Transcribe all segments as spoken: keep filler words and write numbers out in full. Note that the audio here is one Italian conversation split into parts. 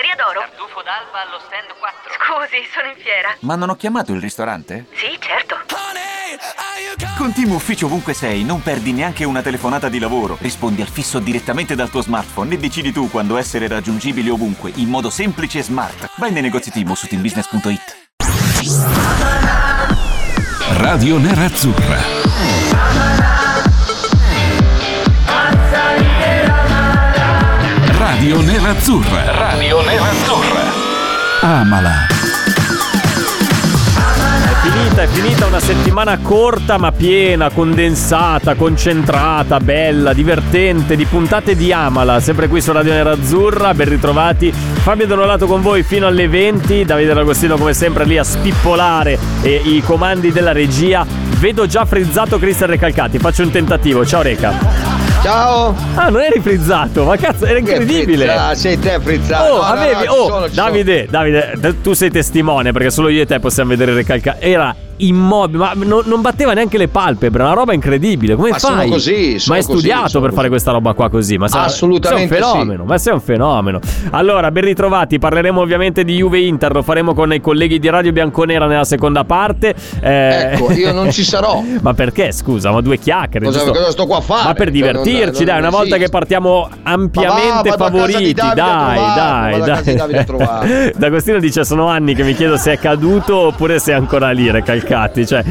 Maria d'Oro. Tartufo d'alba allo stand quattro. Scusi, sono in fiera. Ma non ho chiamato il ristorante? Sì, certo. Con Team Ufficio ovunque sei, non perdi neanche una telefonata di lavoro. Rispondi al fisso direttamente dal tuo smartphone e decidi tu quando essere raggiungibile ovunque, in modo semplice e smart. Vai nei negozi Team o su team business punto it. Radio Nerazzurra. Radio Nerazzurra. Radio Nerazzurra. Amala. È finita, è finita una settimana corta ma piena, condensata, concentrata, bella, divertente, di puntate di Amala, sempre qui su Radio Nerazzurra. Ben ritrovati, Fabio Donolato con voi fino alle venti, Davide D'Agostino come sempre lì a spippolare eh, i comandi della regia. Vedo già frizzato Cristian Recalcati, faccio un tentativo. Ciao Reca. Ciao. Ah, non eri frizzato, ma cazzo, era incredibile. Frizza, sei te frizzato. Oh, no, avevi, no, no, oh, sono, Davide, Davide, tu sei testimone perché solo io e te possiamo vedere Recalcati. Era immobile, ma non, non batteva neanche le palpebre, una roba incredibile. Come ma fai? Sono così, sono ma hai così, studiato per così. fare questa roba qua così? Ma sei, assolutamente sei un fenomeno, sì. ma sei un fenomeno. Allora, ben ritrovati, parleremo ovviamente di Juve Inter, lo faremo con i colleghi di Radio Bianconera nella seconda parte. Eh, ecco, io non ci sarò. Ma perché, scusa, ma due chiacchiere. Cosa, giusto? cosa sto qua a fare? Ma per divertirci, non, non, dai, una volta esiste. Che partiamo ampiamente va, favoriti. Dai, dai, dai. D'Agostino dice: sono anni che mi chiedo se è caduto oppure se è ancora lì, Recalcati. Cioè,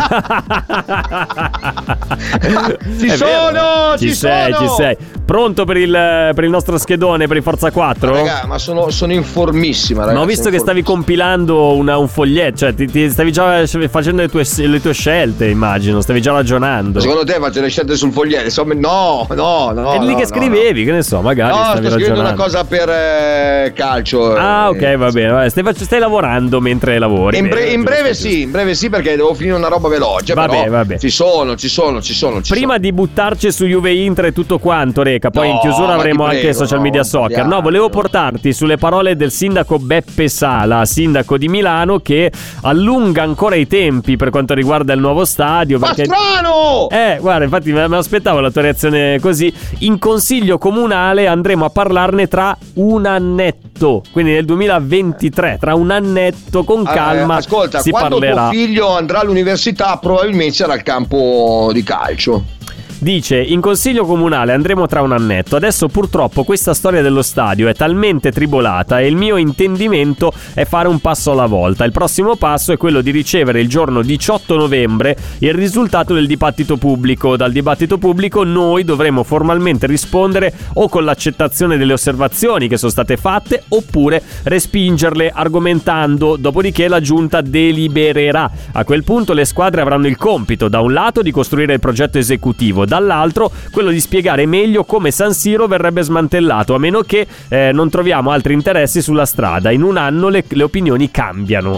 ci sono, ci, ci sei, sono. ci sei. Pronto per il, per il nostro schedone, per il Forza quattro? Ma, raga, ma sono, sono informissima, ragazzi. Ma ho visto che stavi compilando una, un foglietto, cioè ti, ti stavi già facendo le tue, le tue scelte, immagino, stavi già ragionando. Secondo te faccio le scelte sul foglietto? Insomma, no, no, no. È lì no, che no, scrivevi, no. che ne so, magari no, stavi sto scrivendo ragionando. una cosa per eh, calcio. Ah, ok, eh, va bene. Vabbè. Stai, stai lavorando mentre lavori. In, bre- bene, in breve giusto, sì, in breve sì, perché devo finire una roba veloce. Vabbè, però vabbè. Ci sono, ci sono, ci sono. Ci Prima sono. di buttarci su Juve Inter e tutto quanto, Reca, poi no, in chiusura avremo prego, anche social media no, soccer. andiamo. No, volevo portarti sulle parole del sindaco Beppe Sala, sindaco di Milano, che allunga ancora i tempi per quanto riguarda il nuovo stadio. Ma perché... strano! Eh, guarda, infatti me lo aspettavo la tua reazione così. In consiglio comunale andremo a parlarne tra un annetto, quindi nel duemilaventitré, tra un annetto, con calma. Eh, ascolta, si quando parlerà. tuo figlio andrà all'università probabilmente sarà al campo di calcio. Dice: in consiglio comunale andremo tra un annetto. Adesso purtroppo questa storia dello stadio è talmente tribolata e il mio intendimento è fare un passo alla volta. Il prossimo passo è quello di ricevere il giorno diciotto novembre il risultato del dibattito pubblico. Dal dibattito pubblico noi dovremo formalmente rispondere o con l'accettazione delle osservazioni che sono state fatte oppure respingerle argomentando. Dopodiché la giunta delibererà. A quel punto le squadre avranno il compito, da un lato, di costruire il progetto esecutivo, dall'altro quello di spiegare meglio come San Siro verrebbe smantellato, a meno che eh, non troviamo altri interessi sulla strada. In un anno le, le opinioni cambiano.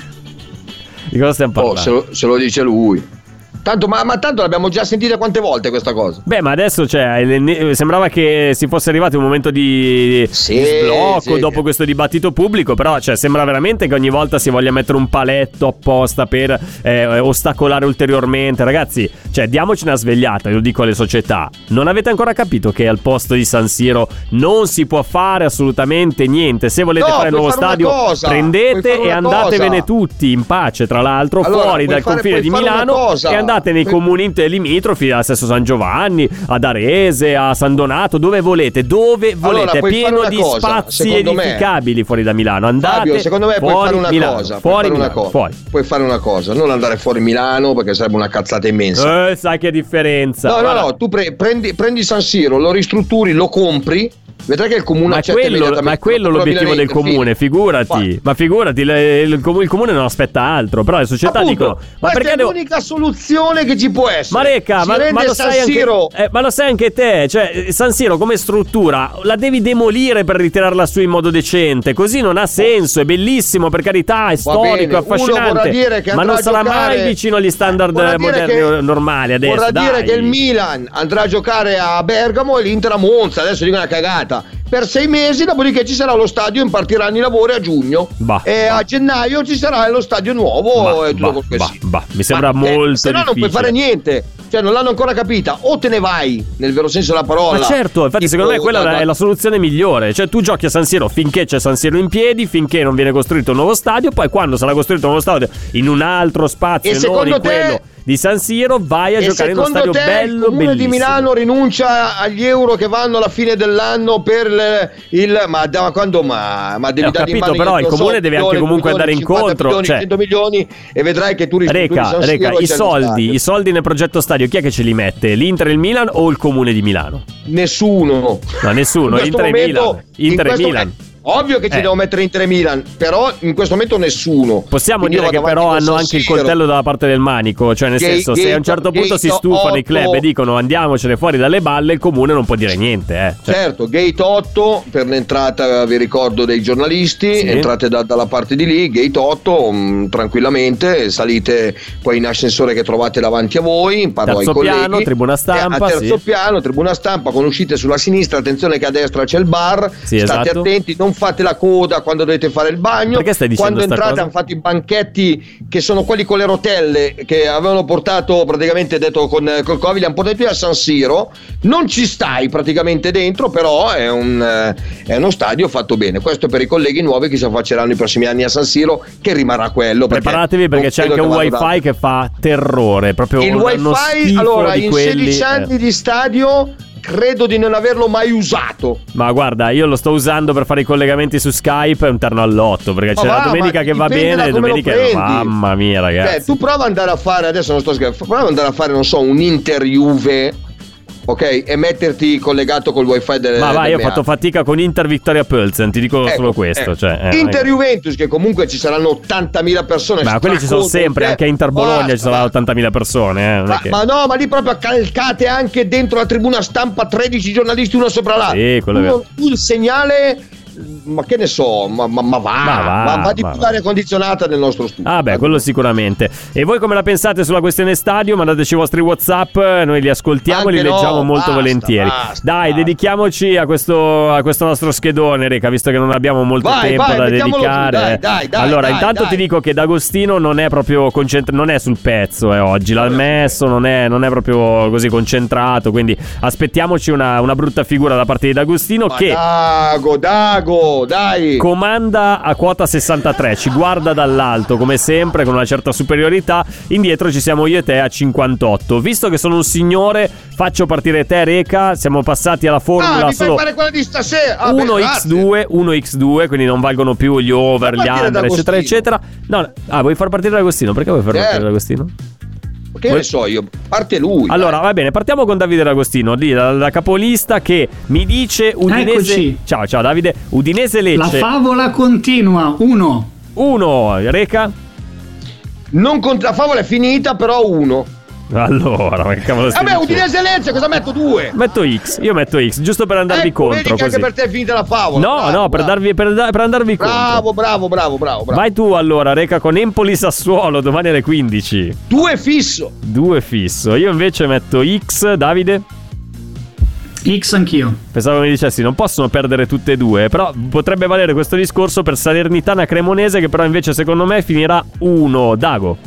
Di cosa stiamo parlando? Oh, se lo, se lo dice lui. Tanto, ma, ma tanto l'abbiamo già sentita quante volte questa cosa? Beh, ma adesso cioè, sembrava che si fosse arrivati a un momento di, sì, di sblocco sì. dopo questo dibattito pubblico, però cioè, sembra veramente che ogni volta si voglia mettere un paletto apposta per eh, ostacolare ulteriormente. Ragazzi, cioè, diamoci una svegliata, io lo dico alle società. Non avete ancora capito che al posto di San Siro non si può fare assolutamente niente? Se volete no, fare il nuovo fare stadio, cosa, prendete e andatevene cosa. tutti in pace, tra l'altro, allora, fuori dal fare, confine di Milano, e andate nei puoi... comuni limitrofi, a Sesto San Giovanni, ad Arese, a San Donato, dove volete, dove volete, allora, pieno di cosa, spazi edificabili me, fuori da Milano. Andate Fabio, secondo me puoi fare una Milano, cosa, fuori puoi fare Milano, una cosa, fuori. puoi fare una cosa, non andare fuori Milano perché sarebbe una cazzata immensa. Eh, sai che differenza. No, Guarda. no, no, tu pre- prendi, prendi San Siro, lo ristrutturi, lo compri. Vedrai che il comune ma accetta quello, ma è quello l'obiettivo del comune, figurati. Fai. Ma figurati, il, il, il comune non aspetta altro. Però le società appunto, dicono: ma questa perché è devo... l'unica soluzione che ci può essere. Ma Reca, ma, ma, lo sai anche, eh, ma lo sai anche te. Cioè, San Siro come struttura la devi demolire per ritirarla su in modo decente. Così non ha senso. È bellissimo, per carità, è storico, è affascinante. Ma non sarà giocare... mai vicino agli standard moderni che, normali adesso. Vorrà dai. dire che il Milan andrà a giocare a Bergamo e l'Inter a Monza. Adesso dico una cagata. Per sei mesi, dopodiché ci sarà lo stadio e partiranno i lavori a giugno. Bah, e bah. a gennaio ci sarà lo stadio nuovo bah, e tutto bah, quello che bah, sì. bah. Mi sembra Ma, molto eh, se no difficile. non puoi fare niente. Cioè non l'hanno ancora capita, o te ne vai nel vero senso della parola. Ma certo, infatti secondo me quella da, è la soluzione migliore. Cioè tu giochi a San Siro finché c'è San Siro in piedi, finché non viene costruito un nuovo stadio, poi quando sarà costruito un nuovo stadio in un altro spazio e non in quello te... di San Siro vai a giocare in uno stadio te bello, il Comune bellissimo. di Milano rinuncia agli euro che vanno alla fine dell'anno per le, il ma da quando ma ma devi eh, ho dare capito, in mano però il Comune so, deve anche milioni, comunque milioni, andare incontro, milioni, cioè cento milioni e vedrai che tu risulti Reca, Reca, i soldi, i soldi nel progetto stadio chi è che ce li mette? L'Inter e il Milan o il Comune di Milano? Nessuno. No, nessuno, Inter e Milan. Inter e Milan. Ovvio che ci eh. devo mettere Inter e Milan, però in questo momento nessuno. Possiamo Quindi dire che però hanno anche il coltello dalla parte del manico, cioè nel Gay, senso gay, se a un certo gay, punto si gay, stufano otto. i club e dicono andiamocene fuori dalle balle, il Comune non può dire niente. Eh. Cioè. Certo, Gate otto per l'entrata, vi ricordo, dei giornalisti, sì. Entrate da, dalla parte di lì, Gate otto, mh, tranquillamente, salite poi in ascensore che trovate davanti a voi, in parlo terzo ai colleghi. piano, tribuna stampa. A terzo sì. piano, tribuna stampa, con uscite sulla sinistra, attenzione che a destra c'è il bar, sì, state esatto. attenti, non fate la coda quando dovete fare il bagno. Perché stai dicendo quando entrate cosa? hanno fatto i banchetti che sono quelli con le rotelle che avevano portato praticamente detto con col Covid, li hanno portati a San Siro, non ci stai praticamente dentro, però è un è uno stadio fatto bene. Questo per i colleghi nuovi che si affacceranno i prossimi anni a San Siro, che rimarrà quello. Preparatevi perché c'è anche un wifi che fa terrore, proprio il wifi. Allora in quelli, sedici anni eh. di stadio credo di non averlo mai usato. Ma guarda, io lo sto usando per fare i collegamenti su Skype, è un terno all'otto, perché ma c'è va, la domenica che va bene e domenica mamma mia ragazzi. Cioè, tu prova ad andare a fare, adesso non sto scherzando, prova ad andare a fare non so un Inter Juve, ok, e metterti collegato col wifi del ma vai, del io ho fatto fatica con Inter Victoria Pilsen, ti dico ecco, solo questo, ecco. Cioè, eh, Inter eh. Juventus, che comunque ci saranno ottantamila persone, ma quelli ci sono sempre, te. anche a Inter Bologna Basta, ci saranno ottantamila persone, eh, ma, che... ma no, ma lì proprio calcate anche dentro la tribuna stampa tredici giornalisti uno sopra l'altro. Sì, quello è vero. Il segnale, ma che ne so, ma, ma, ma va, ma va, ma va di più l'aria condizionata nel nostro studio. Ah beh, quello sicuramente. E voi come la pensate sulla questione stadio? Mandateci i vostri WhatsApp, noi li ascoltiamo e li no, leggiamo molto basta, volentieri. Basta, Dai, basta. dedichiamoci a questo, a questo nostro schedone, Reca, visto che non abbiamo molto vai, tempo vai, da dedicare. Giù, dai, dai, dai, allora, dai, intanto dai. ti dico che D'Agostino non è proprio concentrato, non è sul pezzo, eh, oggi l'ha messo, non è, non è proprio così concentrato, quindi aspettiamoci una, una brutta figura da parte di D'Agostino. Ma che Dago, Dago, dai. comanda a quota sessantatré, ci guarda dall'alto come sempre con una certa superiorità, indietro ci siamo io e te a cinquantotto. Visto che sono un signore, faccio partire te Reca, siamo passati alla formula ah, solo mi fai fare quella di stasera. Ah, uno beh, su due, uno su due, quindi non valgono più gli over, gli under, eccetera eccetera. No, ah, vuoi far partire D'Agostino? Perché vuoi far certo. partire D'Agostino? Che ne so io, parte lui. Allora, dai. va bene, partiamo con Davide D'Agostino, lì da, da capolista, che mi dice Udinese. Eccoci. Ciao, ciao Davide. Udinese Lecce. La favola continua, uno. Uno, Reca. Non cont- la favola è finita, però uno. Allora, ma che cavolo stai Vabbè, dicendo? Udinese Lecce, cosa metto? Due. Metto X, io metto X, giusto per andarvi Ecco, vedi contro che così. anche per te è finita la favola. No, bravo, no, per, bravo. darvi, per, da- per andarvi Bravo, contro. bravo, bravo, bravo, bravo. Vai tu allora, Reca, con Empoli Sassuolo domani alle quindici. Due fisso. Due fisso. Io invece metto X, Davide. X anch'io. Pensavo mi dicessi non possono perdere tutte e due, però potrebbe valere questo discorso per Salernitana Cremonese, che però invece secondo me finirà uno. Dago.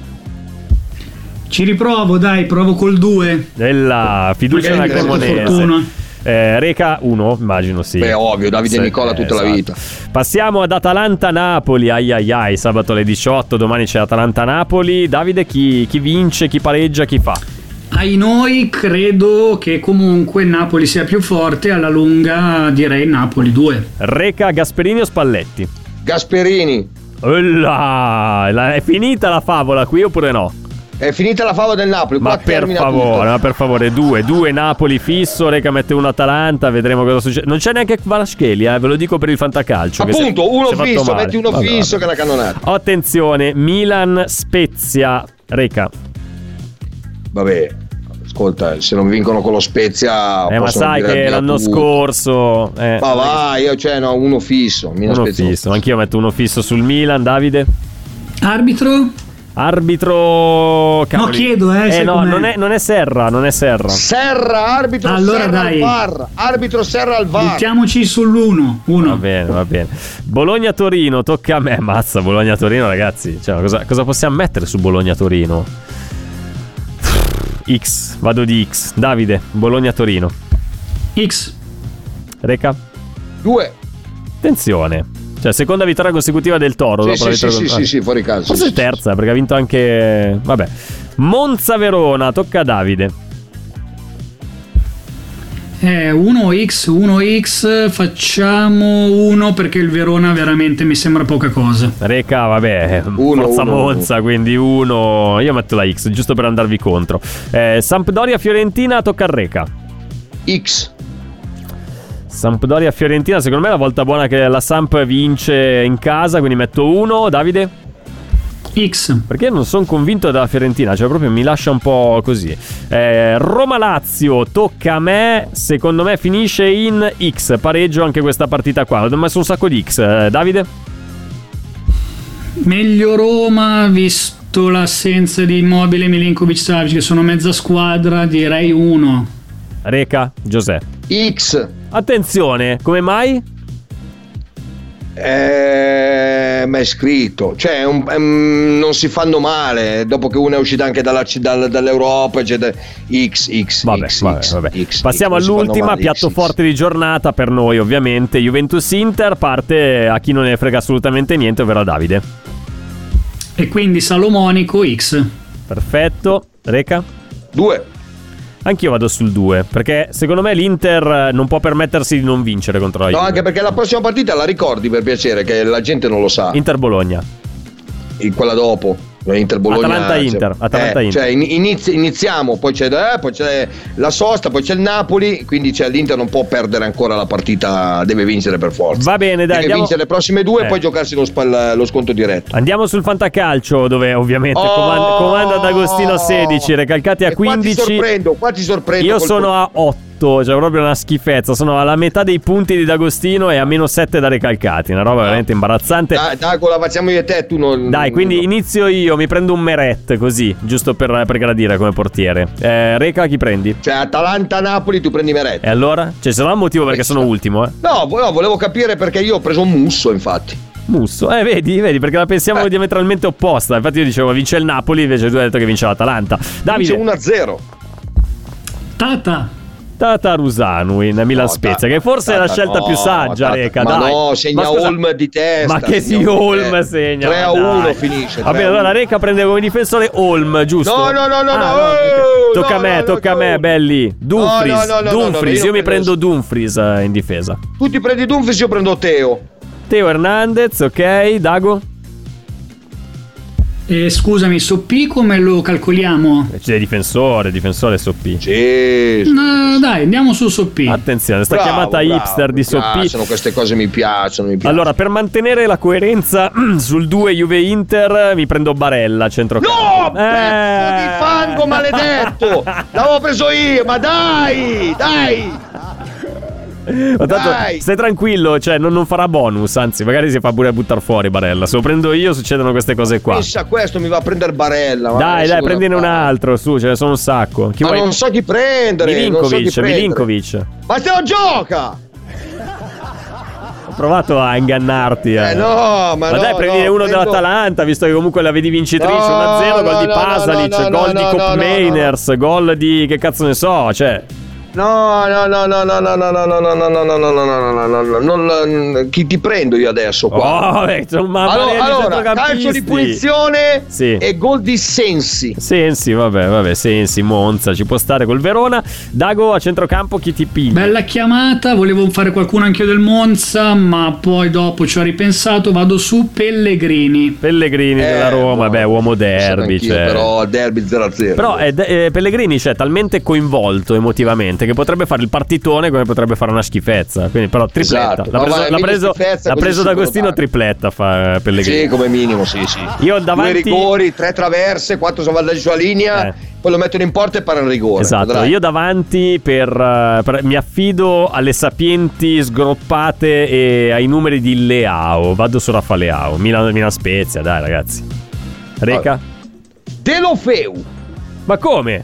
Ci riprovo, dai, provo col due. Della fiducia nella Magari mi porto Cremonese. fortuna. Eh, Reca uno, immagino sì. Beh, ovvio, Davide Sì, Nicola tutta esatto. la vita. Passiamo ad Atalanta-Napoli. Ai ai ai, sabato alle diciotto, domani c'è Atalanta-Napoli. Davide, chi, chi vince, chi pareggia, chi fa? Ai noi credo che comunque il Napoli sia più forte, alla lunga direi Napoli due. Reca, Gasperini o Spalletti? Gasperini. Ulla, la- è finita la favola qui oppure no? È finita la favola del Napoli. Ma qua per termina favore, tutto. ma per favore, due, due Napoli fisso, Reca mette uno Atalanta, vedremo cosa succede. Non c'è neanche Kvaratskhelia, eh, ve lo dico per il fantacalcio. che Appunto, si è- uno si è fatto fisso, male. metti uno Vabbè, fisso vabbè. che è una cannonata. Attenzione, Milan Spezia, Reca. Vabbè, ascolta, se non vincono con lo Spezia Eh, ma possono sai dire che addio a l'anno tutto. scorso eh, Ma va, io cioè no, uno fisso. Milan uno Spezia. fisso, anch'io metto uno fisso sul Milan. Davide? Arbitro? Arbitro, cavoli. No, chiedo, eh, eh sai no, com'è. non è, non è Serra, non è Serra. Serra, arbitro Allora, Serra dai. al V A R. Arbitro Serra al V A R. Buttiamoci sull'uno. Uno. Va bene, va bene. Bologna-Torino, tocca a me. Mazza, Bologna-Torino, ragazzi. Cioè, cosa, cosa possiamo mettere su Bologna-Torino? X, vado di X. Davide, Bologna-Torino. X. Reca? due. Attenzione. Cioè, seconda vittoria consecutiva del Toro. Sì, dopo sì, la sì, vittoria sì, con- sì, sì, fuori casa. Forse sì, sì, terza, perché ha vinto anche... Vabbè. Monza-Verona, tocca a Davide. Eh, uno X, uno X, facciamo uno perché il Verona veramente mi sembra poca cosa. Reca, vabbè, Uno, forza uno, Monza, quindi uno. Io metto la X, giusto per andarvi contro. Eh, Sampdoria-Fiorentina, tocca al Reca. X. Sampdoria-Fiorentina, secondo me è la volta buona che la Samp vince in casa, quindi metto uno. Davide? X. Perché non sono convinto della Fiorentina, cioè proprio mi lascia un po' così. eh, Roma-Lazio, tocca a me. Secondo me finisce in X, pareggio anche questa partita qua. Ho messo un sacco di X. eh, Davide? Meglio Roma, visto l'assenza di Immobile e Milinkovic-Savic che sono mezza squadra, direi uno. Reca? Giuseppe? X. Attenzione, come mai? Eh, ma è scritto, cioè un, um, non si fanno male dopo che uno è uscito anche dalla, dal, dall'Europa, eccetera. X, X, Vabbè, X, vabbè, X, vabbè. X, Passiamo X, non si fanno all'ultima, male, piatto X, forte di giornata per noi ovviamente. Juventus-Inter, parte a chi non ne frega assolutamente niente, ovvero Davide. E quindi Salomonico X. Perfetto. Reca? due. Anch'io vado sul due, perché secondo me l'Inter non può permettersi di non vincere contro la No, Juve. anche perché la prossima partita la ricordi, per piacere, che la gente non lo sa. Inter-Bologna. Quella dopo. Inter Bologna, Atalanta-Inter, cioè, Atalanta-Inter. eh, cioè inizi, iniziamo, poi c'è, eh, poi c'è la sosta, poi c'è il Napoli, quindi cioè, l'Inter non può perdere ancora la partita, deve vincere per forza. Va bene, dai, deve andiamo... vincere le prossime due eh. e poi giocarsi lo, spal- lo sconto diretto. Andiamo sul fantacalcio, dove ovviamente Oh! comanda, comanda D'Agostino sedici, Recalcati a E qua ti quindici. sorprendo, qua ti sorprendo. Io col- sono a otto, cioè proprio una schifezza. Sono alla metà dei punti di D'Agostino e a meno sette da Recalcati. Una roba veramente imbarazzante. Dai, Dago, la facciamo io e te, tu non... Dai, quindi inizio io, mi prendo un Meret così, giusto per, per gradire come portiere. Eh, Reca, chi prendi? Cioè Atalanta-Napoli tu prendi Meret. E allora? Cioè, sarà un motivo perché sono ultimo, eh? No, vo- no, volevo capire perché io ho preso un Musso, infatti. Musso, eh, vedi, vedi, perché la pensiamo Eh. diametralmente opposta. Infatti io dicevo vince il Napoli, invece tu hai detto che vince l'Atalanta. Davide, Vince uno a zero. Tata. Tatarusanu in Milan No, Spezia, Tata- che forse è la Tata- scelta no, più saggia, Tata- Reca, ma dai. no, segna Ma scusa- Olm di testa. Ma che segna si Olm di Olm testa. segna? tre a ma uno dai. finisce. Va bene, tre a uno. allora Reca prende come difensore Olm, giusto? No, no, no, no, no, ok. oh, Tocca a no, me, no, tocca a no, me, no. belli. Dumfries, No, no, no, no, no, Dumfries, io io mi prendo- prendo Dumfries eh, in difesa. Tu ti prendi Dumfries, io prendo Teo. Teo Hernandez, ok, Dago? E scusami, Soppi come lo calcoliamo? C'è difensore, difensore S O P. Sì. No, dai, andiamo su Soppi. Attenzione, sta Bravo, chiamata bravo, hipster di mi S O P. piacciono queste cose, mi piacciono, mi piacciono. Allora, per mantenere la coerenza sul due Juve-Inter mi prendo Barella, centrocampo. No, pezzo di fango maledetto! L'avevo preso io, ma dai, dai! Ma tanto Dai! stai tranquillo, cioè non, non farà bonus, anzi magari si fa pure a buttare fuori Barella. Se lo prendo io succedono queste cose qua. Pensa a questo, mi va a prendere Barella. ma Dai, adesso dai, cosa prendine un fare? altro, su, ce ne sono un sacco. Chi Ma vuoi? non so chi prendere. non so chi Milinkovic, prendere. Milinkovic. Ma se lo gioca! Ho provato a ingannarti. Eh, Eh no, ma Ma no, dai, prendine no, uno prendo- dell'Atalanta, visto che comunque la vedi vincitrice. No, uno a zero, gol no, di no, Pasalic, no, no, gol no, di no, Cop no, no, Mainers, gol di che cazzo ne so, cioè. No, no, no, no, no, no, no, no, no, no, no, no, no, no, no, no, no, no, no, non chi ti prendo io adesso qua? Oh, eh, c'è un mamma Allora, mia di allora centrocampisti. calcio di punizione Sì. e gol di Sensi. Sensi, vabbè, vabbè, Sensi, Monza, ci può stare col Verona. Dago a centrocampo, chi ti piglia? Bella chiamata, volevo fare qualcuno anche io del Monza, ma poi dopo ci ho ripensato, vado su Pellegrini. Pellegrini della Roma, beh, uomo derby, Anch'io, cioè. però derby zero a zero. Però è de- eh, Pellegrini c'è talmente coinvolto emotivamente che potrebbe fare il partitone come potrebbe fare una schifezza. Quindi, però, tripletta. Esatto. L'ha No, preso, ma è l'ha meglio preso, schifezza, l'ha così preso si D'Agostino, può fare. tripletta fa Pellegrini. Sì, come minimo, sì, sì. Io davanti. Due rigori, tre traverse, quattro salvataggi sulla linea, Eh. poi lo mettono in porta e parano il rigore. Esatto, vedrai. io davanti per, eh, per- mi affido alle sapienti sgroppate e ai numeri di Leao. Vado su Rafa Leao. Milan, Milan Spezia, dai ragazzi. Reca? Delofeu. Ma come?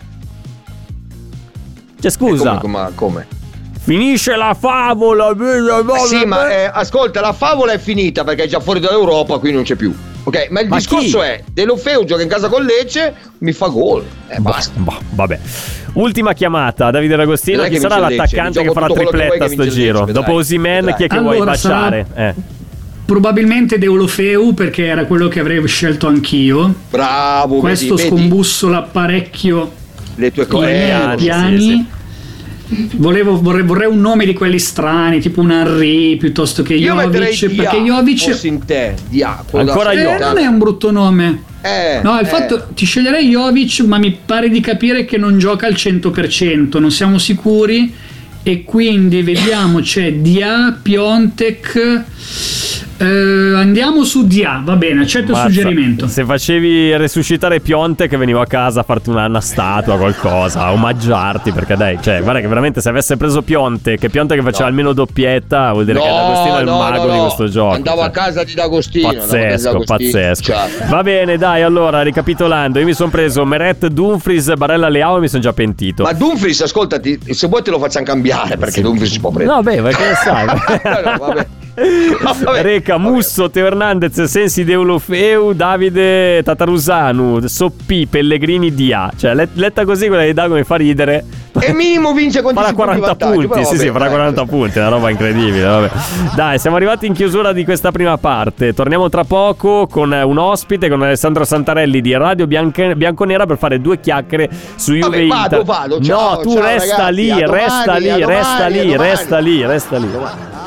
Cioè, scusa, Eh, come, come, come? finisce la favola. Eh sì, ma eh, ascolta, la favola è finita perché è già fuori dall'Europa, quindi non c'è più. Ok, ma il Ma discorso chi? è Deulofeu gioca in casa con Lecce, mi fa gol. Eh, basta. Boh, vabbè. Ultima chiamata, Davide D'Agostino. Non è Chi che sarà vince il Lecce, l'attaccante che gioco farà tutto quello che tripletta vuoi che sto vince il giro? Lecce, Dopo vedrai. Osimhen, Vedrai. chi è che Allora, vuoi sarà- baciare? Eh. Probabilmente Deulofeu, perché era quello che avrei scelto anch'io. Bravo, Questo vedi, vedi? scombussola parecchio Le tue i cose. miei piani, piani. sì, Volevo, vorrei, vorrei un nome di quelli strani, tipo un Henry piuttosto che Io metterei Jovic, Dia, perché Jovic fossi in te, Dia, quello Ancora da- io. eh, non è un brutto nome. Eh, No, il eh. fatto ti sceglierei Jovic, ma mi pare di capire che non gioca al cento per cento, non siamo sicuri e quindi vediamo, c'è Dia, Piontek. Eh, andiamo su Dia, va bene, accetto il Mazza, suggerimento. Se facevi resuscitare Pionte che venivo a casa a farti una, una statua, qualcosa, a omaggiarti, perché dai, cioè, guarda che veramente se avesse preso Pionte, che Pionte che faceva No. almeno doppietta, vuol dire No, che D'Agostino è il no, mago no, di no. questo gioco. Andavo cioè. a casa di D'Agostino. andavo a casa di Pazzesco, D'Agostino. pazzesco. Cioè, Va bene, dai, allora, ricapitolando, io mi sono preso Meret, Dumfries, Barella Leao e mi sono già pentito. ma Dumfries, ascoltati, se vuoi te lo facciamo cambiare perché Dumfries si può prendere. No, beh, perché ne sai? No, vabbè. Vabbè. Reca, Vabbè. Musso, Teo Hernandez, Sensi, Deulofeu, Davide Tatarusanu, Soppi, Pellegrini, Dia. Cioè, let- letta così quella di Dago mi fa ridere. E minimo vince con Farà dieci punti quaranta vantaggio, punti, però sì, vabbè, sì, farà dai. quaranta punti, è una roba incredibile. Vabbè. Dai, siamo arrivati in chiusura di questa prima parte. Torniamo tra poco con un ospite, con Alessandro Santarelli di Radio Bianca- Bianconera per fare due chiacchiere su Juve Vabbè, Inter. vado, vado, ciao, no, tu ciao, resta ragazzi, lì, a domani, resta lì, a domani, resta a lì, domani. resta lì, resta lì.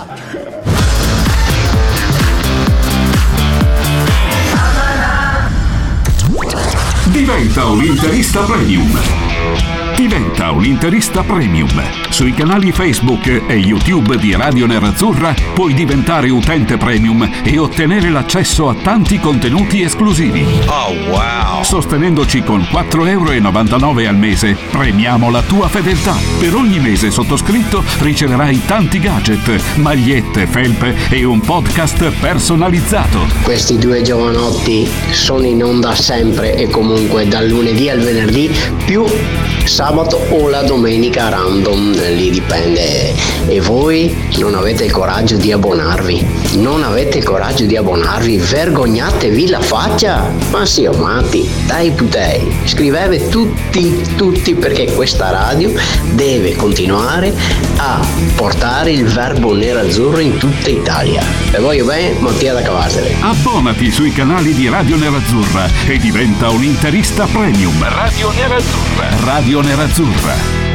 Diventa un interista premium. Diventa un interista premium. Sui canali Facebook e YouTube di Radio Nerazzurra puoi diventare utente premium e ottenere l'accesso a tanti contenuti esclusivi. Oh wow! Sostenendoci con quattro virgola novantanove euro al mese, premiamo la tua fedeltà. Per ogni mese sottoscritto riceverai tanti gadget, magliette, felpe e un podcast personalizzato. Questi due giovanotti sono in onda sempre e comunque dal lunedì al venerdì più sabato o la domenica random, lì dipende. E voi non avete il coraggio di abbonarvi? Non avete il coraggio di abbonarvi? Vergognatevi la faccia! Ma sì, o matti, dai putei, scrivete tutti, tutti perché questa radio deve continuare a portare il verbo nerazzurro in tutta Italia. E voglio bene, Mattia da Cavarsere. Abbonati sui canali di Radio Nerazzurra e diventa un interista premium. Radio Nerazzurra. Radio Nerazzurra.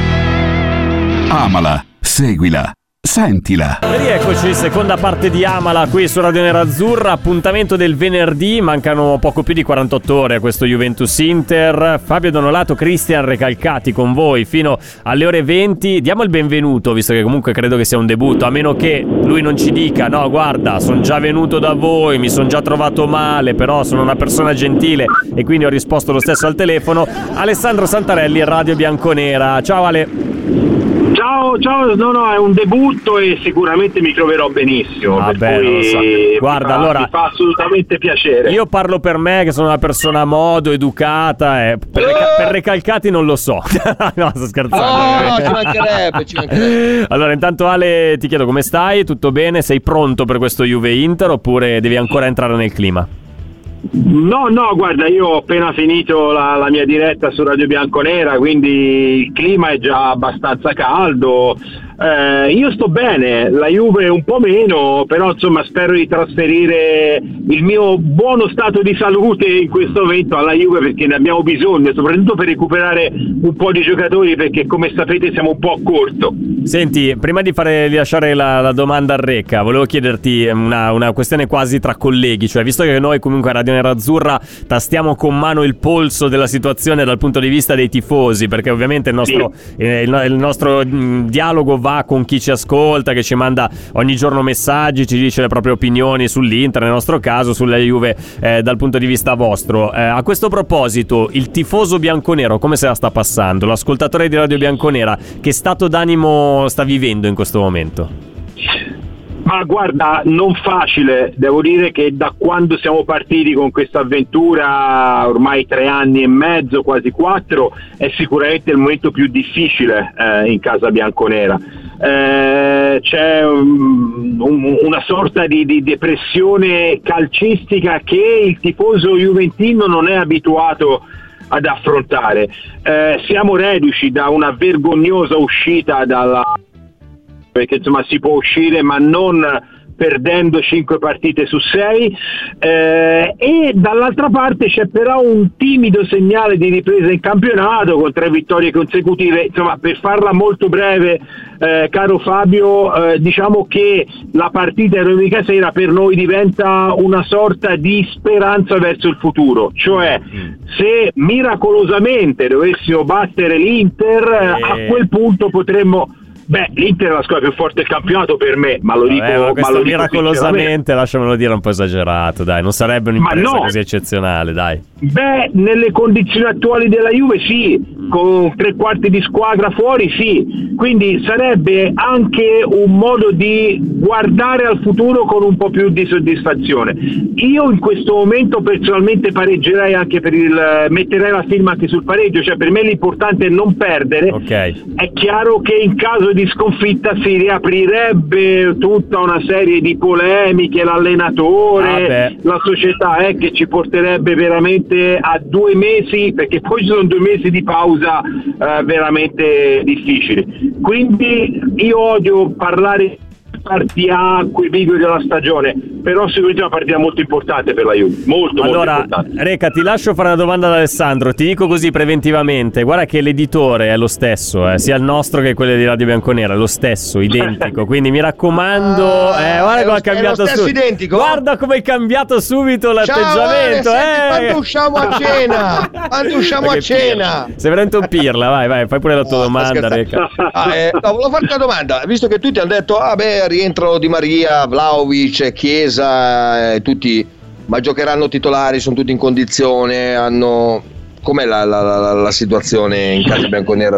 Amala, seguila, sentila. E rieccoci, seconda parte di Amala qui su Radio Nerazzurra. Appuntamento del venerdì, mancano poco più di quarantotto ore a questo Juventus Inter. Fabio Donolato, Cristian Recalcati con voi fino alle ore venti. Diamo il benvenuto, visto che comunque credo che sia un debutto, a meno che lui non ci dica no guarda, sono già venuto da voi, mi sono già trovato male, però sono una persona gentile e quindi ho risposto lo stesso al telefono. Alessandro Santarelli, Radio Bianconera. Ciao Ale. Ciao, ciao, no, no, è un debutto e sicuramente mi troverò benissimo. Ah, per beh, cui lo so. Guarda, mi fa, allora- mi fa assolutamente piacere. Io parlo per me, che sono una persona a modo, educata, e per, reca- per Recalcati non lo so. No, sto scherzando. No, ci mancherebbe, ci mancherebbe. Allora, intanto Ale, ti chiedo come stai? Tutto bene? Sei pronto per questo Juve Inter oppure devi ancora entrare nel clima? No, no, guarda, io ho appena finito la, la mia diretta su Radio Bianconera, quindi il clima è già abbastanza caldo. Eh, io sto bene, la Juve un po' meno, però insomma spero di trasferire il mio buono stato di salute in questo momento alla Juve, perché ne abbiamo bisogno, soprattutto per recuperare un po' di giocatori, perché come sapete siamo un po' a corto. Senti, prima di fare di lasciare la, la domanda a Recca, volevo chiederti una, una questione quasi tra colleghi, cioè visto che noi comunque a Radio Nerazzurra tastiamo con mano il polso della situazione dal punto di vista dei tifosi, perché ovviamente il nostro, Sì. eh, il, il nostro mh, dialogo va con chi ci ascolta, che ci manda ogni giorno messaggi, ci dice le proprie opinioni sull'Inter, nel nostro caso sulla Juve eh, dal punto di vista vostro. Eh, a questo proposito, il tifoso bianconero come se la sta passando? L'ascoltatore di Radio Bianconera, che stato d'animo sta vivendo in questo momento? Ma guarda, non facile, devo dire che da quando siamo partiti con questa avventura, ormai tre anni e mezzo, quasi quattro, è sicuramente il momento più difficile eh, in casa bianconera. eh, c'è un, un, una sorta di, di depressione calcistica che il tifoso juventino non è abituato ad affrontare. Eh, siamo reduci da una vergognosa uscita dalla, perché insomma si può uscire ma non perdendo cinque partite su sei, eh, e dall'altra parte c'è però un timido segnale di ripresa in campionato con tre vittorie consecutive. Insomma, per farla molto breve, eh, caro Fabio, eh, diciamo che la partita di domenica sera per noi diventa una sorta di speranza verso il futuro, cioè se miracolosamente dovessimo battere l'Inter, eh. a quel punto potremmo. Beh, l'Inter è la squadra più forte del campionato per me, ma lo dico, Vabbè, ma questo ma lo dico miracolosamente, lasciamelo dire, un po' esagerato, dai, non sarebbe un'impresa no. così eccezionale, dai. Beh, nelle condizioni attuali della Juve sì, con tre quarti di squadra fuori sì, quindi sarebbe anche un modo di guardare al futuro con un po' più di soddisfazione. Io in questo momento personalmente pareggerei anche per il, metterei la firma anche sul pareggio, cioè per me l'importante è non perdere. Okay. È chiaro che in caso di sconfitta si riaprirebbe tutta una serie di polemiche, l'allenatore, ah, la società, eh, che ci porterebbe veramente a due mesi, perché poi ci sono due mesi di pausa eh, veramente difficili. Quindi io odio parlare spartiacque, vigori della stagione, però sicuramente è una partita molto importante per la Juve, molto allora, molto importante. Reca, ti lascio fare una domanda ad Alessandro, ti dico così preventivamente, guarda che l'editore è lo stesso, eh, sia il nostro che quello di Radio Bianconera, è lo stesso, identico, quindi mi raccomando, eh, guarda come ha cambiato subito, identico? guarda come è cambiato subito l'atteggiamento. Ciao, Ale, eh. senti, quando usciamo a cena, quando usciamo a cena, sei veramente un pirla, vai vai, fai pure la tua no, domanda, Reca. Ah, eh, no, volevo farti una domanda, visto che tutti hanno detto, ah beh, rientrano Di Maria, Vlahovic, Chiesa, eh, tutti, ma giocheranno titolari, sono tutti in condizione, hanno... Com'è la, la, la, la situazione in casa bianconera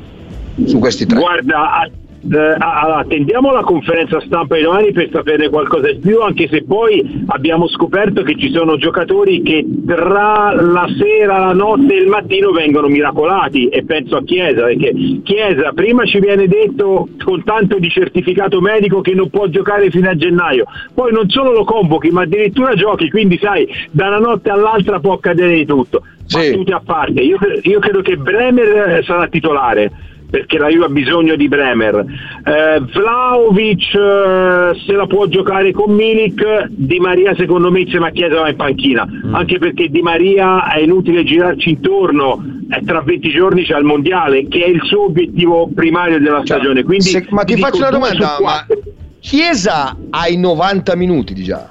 su questi tre? Guarda, eh, attendiamo la conferenza stampa di domani per sapere qualcosa di più, anche se poi abbiamo scoperto che ci sono giocatori che tra la sera, la notte e il mattino vengono miracolati, e penso a Chiesa, perché Chiesa prima ci viene detto con tanto di certificato medico che non può giocare fino a gennaio, poi non solo lo convochi ma addirittura giochi, quindi sai, da una notte all'altra può accadere di tutto. Sì. Battute a parte, io, io credo che Bremer sarà titolare, perché la Juve ha bisogno di Bremer. eh, Vlahovic eh, se la può giocare con Milik, Di Maria secondo me insieme a Chiesa va in panchina, mm. anche perché Di Maria è inutile girarci intorno, è tra venti giorni c'è il mondiale che è il suo obiettivo primario della stagione, quindi Se, ma ti, ti faccio una domanda, ma Chiesa ha i novanta minuti di già?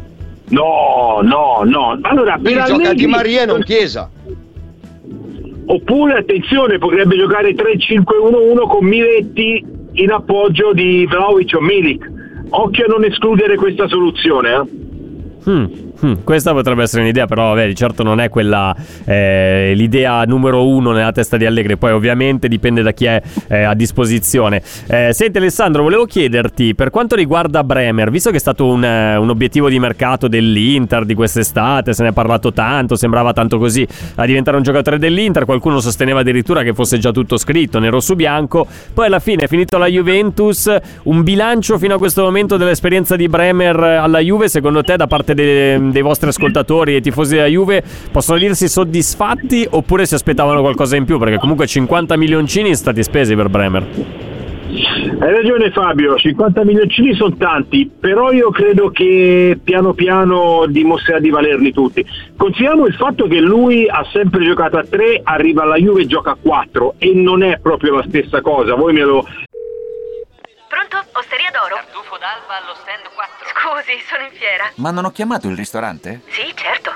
No, no, no, allora per Allegri gioca Di Maria e non Chiesa. Oppure, attenzione, potrebbe giocare tre cinque uno uno con Miretti in appoggio di Vlahovic o Milik. Occhio a non escludere questa soluzione, eh? Hmm, hmm, questa potrebbe essere un'idea, però vabbè, di certo non è quella eh, l'idea numero uno nella testa di Allegri. Poi ovviamente dipende da chi è eh, a disposizione. eh, Senti Alessandro, volevo chiederti per quanto riguarda Bremer, visto che è stato un, eh, un obiettivo di mercato dell'Inter di quest'estate, se ne è parlato tanto, sembrava tanto così a diventare un giocatore dell'Inter, qualcuno sosteneva addirittura che fosse già tutto scritto nero su bianco, poi alla fine è finito alla Juventus. Un bilancio fino a questo momento dell'esperienza di Bremer alla Juve, secondo te, da parte dei, dei vostri ascoltatori e tifosi della Juve, possono dirsi soddisfatti oppure si aspettavano qualcosa in più? Perché comunque cinquanta milioncini sono stati spesi per Bremer. Hai ragione Fabio, cinquanta milioncini sono tanti, però io credo che piano piano dimostrerà di valerli tutti. Consideriamo il fatto che lui ha sempre giocato a tre, arriva alla Juve e gioca a quattro, e non è proprio la stessa cosa. Voi me lo... Pronto? Osteria d'Oro? Tartufo d'alba allo stand quattro. Scusi, sono in fiera. Ma non ho chiamato il ristorante? Sì, certo.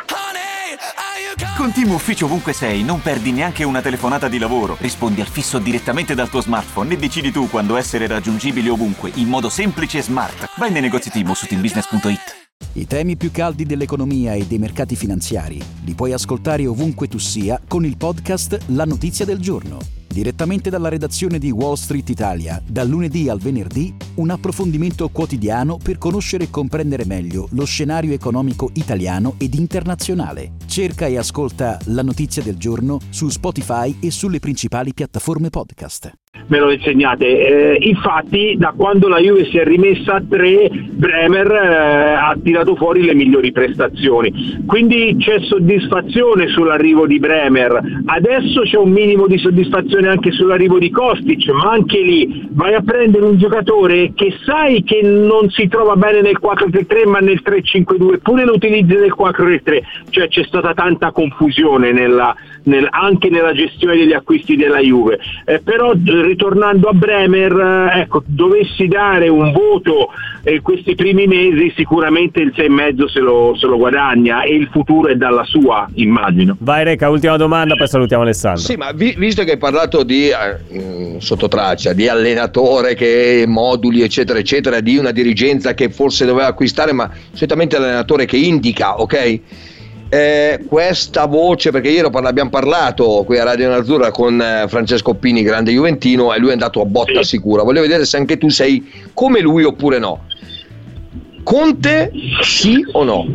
Con Team Ufficio ovunque sei, non perdi neanche una telefonata di lavoro. Rispondi al fisso direttamente dal tuo smartphone e decidi tu quando essere raggiungibile ovunque, in modo semplice e smart. Vai nei negozi Team o su team business punto it. I temi più caldi dell'economia e dei mercati finanziari li puoi ascoltare ovunque tu sia con il podcast La Notizia del Giorno. Direttamente dalla redazione di Wall Street Italia, dal lunedì al venerdì, un approfondimento quotidiano per conoscere e comprendere meglio lo scenario economico italiano ed internazionale. Cerca e ascolta La Notizia del Giorno su Spotify e sulle principali piattaforme podcast. Me lo insegnate. Eh, infatti, da quando la Juve si è rimessa a tre, Bremer eh, ha tirato fuori le migliori prestazioni. Quindi c'è soddisfazione sull'arrivo di Bremer. Adesso c'è un minimo di soddisfazione anche sull'arrivo di Kostic, ma anche lì vai a prendere un giocatore che sai che non si trova bene nel quattro tre tre ma nel tre cinque due, eppure lo utilizzi nel quattro tre tre. Cioè c'è stata tanta confusione nella, nel, anche nella gestione degli acquisti della Juve. Eh, però ritornando a Bremer, ecco, dovessi dare un voto eh, questi primi mesi, sicuramente il sei e mezzo se lo, se lo guadagna, e il futuro è dalla sua, immagino. Vai Reca, ultima domanda, poi salutiamo Alessandro. Sì, ma vi, visto che hai parlato di eh, sottotraccia, di allenatore che moduli eccetera eccetera, di una dirigenza che forse doveva acquistare, ma solitamente l'allenatore che indica, ok? Eh, questa voce, perché ieri abbiamo parlato qui a Radio Nerazzurra con eh, Francesco Pini, grande juventino, e lui è andato a botta sì. sicura. Voglio vedere se anche tu sei come lui oppure no. Conte sì o no?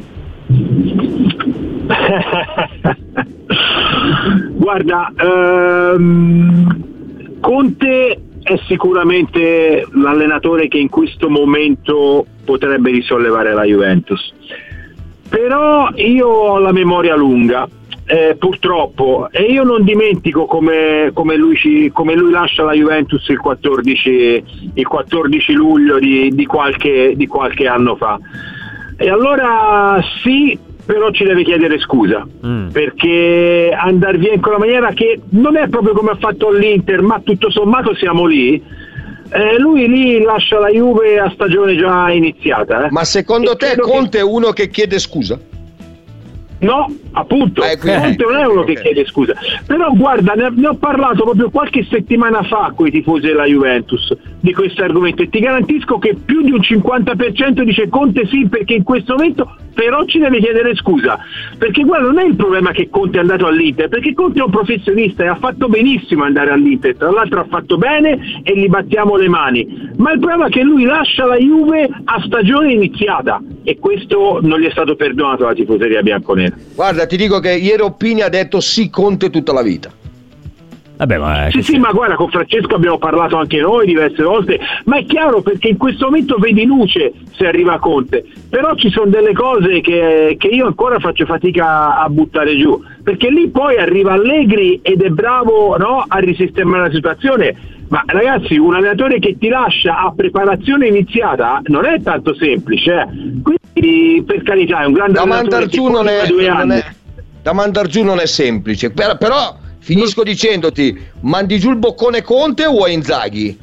Guarda, ehm, Conte è sicuramente l'allenatore che in questo momento potrebbe risollevare la Juventus. Però io ho la memoria lunga, eh, purtroppo, e io non dimentico come, come, lui ci, come lui lascia la Juventus il quattordici, il quattordici luglio di, di, qualche, di qualche anno fa. E allora sì, però ci deve chiedere scusa, mm. perché andare via in quella maniera, che non è proprio come ha fatto l'Inter, ma tutto sommato siamo lì. Eh, lui lì lascia la Juve a stagione già iniziata. Eh. Ma secondo e te Conte che... è uno che chiede scusa? No, appunto, eh, Conte non è uno okay. che chiede scusa. Però guarda, ne, ne ho parlato proprio qualche settimana fa con i tifosi della Juventus di questo argomento, e ti garantisco che più di un cinquanta per cento dice Conte sì, perché in questo momento però ci deve chiedere scusa. Perché guarda, non è il problema che Conte è andato all'Inter, perché Conte è un professionista e ha fatto benissimo andare all'Inter, tra l'altro ha fatto bene e gli battiamo le mani, ma il problema è che lui lascia la Juve a stagione iniziata, e questo non gli è stato perdonato alla tifoseria bianconera. Guarda, ti dico che ieri Oppini ha detto sì Conte tutta la vita. Vabbè, ma sì, sì, ma guarda, con Francesco abbiamo parlato anche noi diverse volte, ma è chiaro, perché in questo momento vedi luce se arriva Conte, però ci sono delle cose che, che io ancora faccio fatica a buttare giù, perché lì poi arriva Allegri ed è bravo, no, a risistemare la situazione, ma ragazzi, un allenatore che ti lascia a preparazione iniziata non è tanto semplice, eh. Quindi per carità è un grande da allenatore che non è, due non anni. è, da mandar giù non è semplice, però, però finisco dicendoti, mandi giù il boccone Conte o vuoi Inzaghi?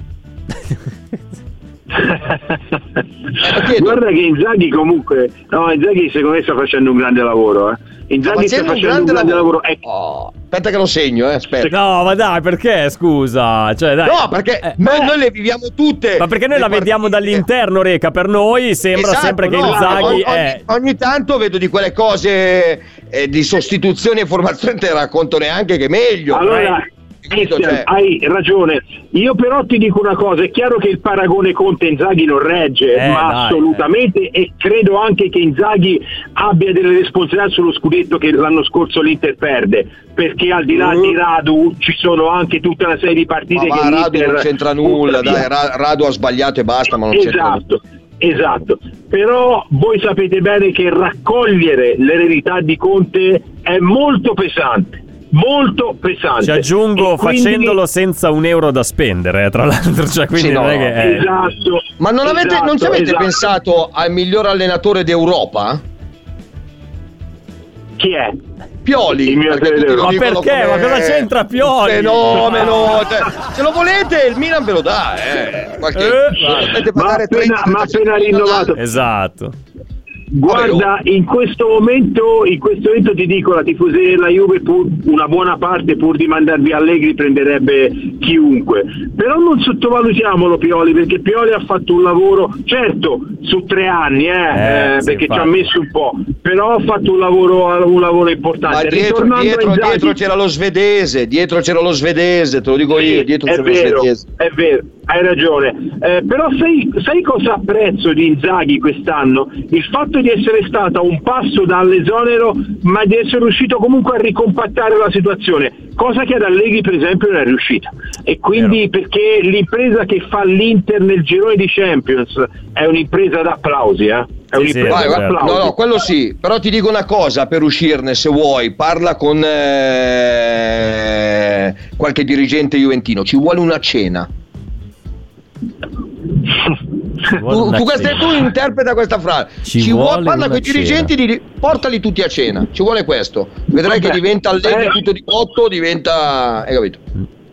eh, Guarda che Inzaghi comunque, no, Inzaghi secondo me sta facendo un grande lavoro, eh. Inzaghi sta facendo un grande, un grande lavoro, lavoro. Eh. Oh, aspetta che lo segno, eh, aspetta. No, ma dai, perché noi, cioè, dai. No, perché eh, noi, noi le viviamo tutte. Ma perché noi la partite. vediamo dall'interno, Reca, per noi sembra esatto, sempre che no, Inzaghi ogni, è... ogni, ogni tanto vedo di quelle cose eh, di sostituzioni e formazione, te racconto neanche che meglio. Allora, Cristian, cioè. hai ragione. Io però ti dico una cosa, è chiaro che il paragone Conte-Inzaghi non regge, eh, ma dai, assolutamente, eh. e credo anche che Inzaghi abbia delle responsabilità sullo scudetto che l'anno scorso l'Inter perde, perché al di là uh. di Radu ci sono anche tutta una serie di partite ma che va, l'Inter Radu non c'entra nulla, dai, Radu ha sbagliato e basta, ma non esatto. c'entra nulla. Esatto, però voi sapete bene che raccogliere l'eredità di Conte è molto pesante, molto pesante. Ci aggiungo, quindi... facendolo senza un euro da spendere, tra l'altro, cioè, quindi sì, non no, è che è... Esatto. Ma non, avete, esatto, non ci avete esatto. pensato al miglior allenatore d'Europa? Chi è? Pioli. Il mio perché ma perché? Ma cosa c'entra Pioli? Fenomeno. Se lo volete il Milan ve lo dà, eh. Qualche... eh, ma, appena, ma appena rinnovato. Esatto. Guarda, in questo momento in questo momento ti dico, la tifoseria della Juve, pur, una buona parte, pur di mandarvi Allegri, prenderebbe chiunque. Però non sottovalutiamolo Pioli, perché Pioli ha fatto un lavoro, certo, su tre anni, eh, eh, eh, sì, perché infatti. ci ha messo un po', però ha fatto un lavoro, un lavoro importante. Ma dietro, dietro, Inzaghi, dietro c'era lo svedese, dietro c'era lo svedese, te lo dico io, dietro è c'era vero, lo svedese. È vero, hai ragione. Eh, però sai, sai cosa apprezzo di Inzaghi quest'anno? Il fatto di essere stata un passo dall'esonero, ma di essere riuscito comunque a ricompattare la situazione, cosa che ad Allegri per esempio non è riuscita. E quindi Vero. Perché l'impresa che fa l'Inter nel girone di Champions è un'impresa d'applausi, eh? È Sì, sì, vai, vai. No, no, quello sì, però ti dico una cosa per uscirne, se vuoi, parla con eh, qualche dirigente juventino, ci vuole una cena. Tu, tu, questa, tu interpreta questa frase, ci, ci vuole, vuole parla con i dirigenti, di, portali tutti a cena, ci vuole questo, vedrai Vabbè, che diventa Allegri eh. tutto di botto, diventa, hai capito?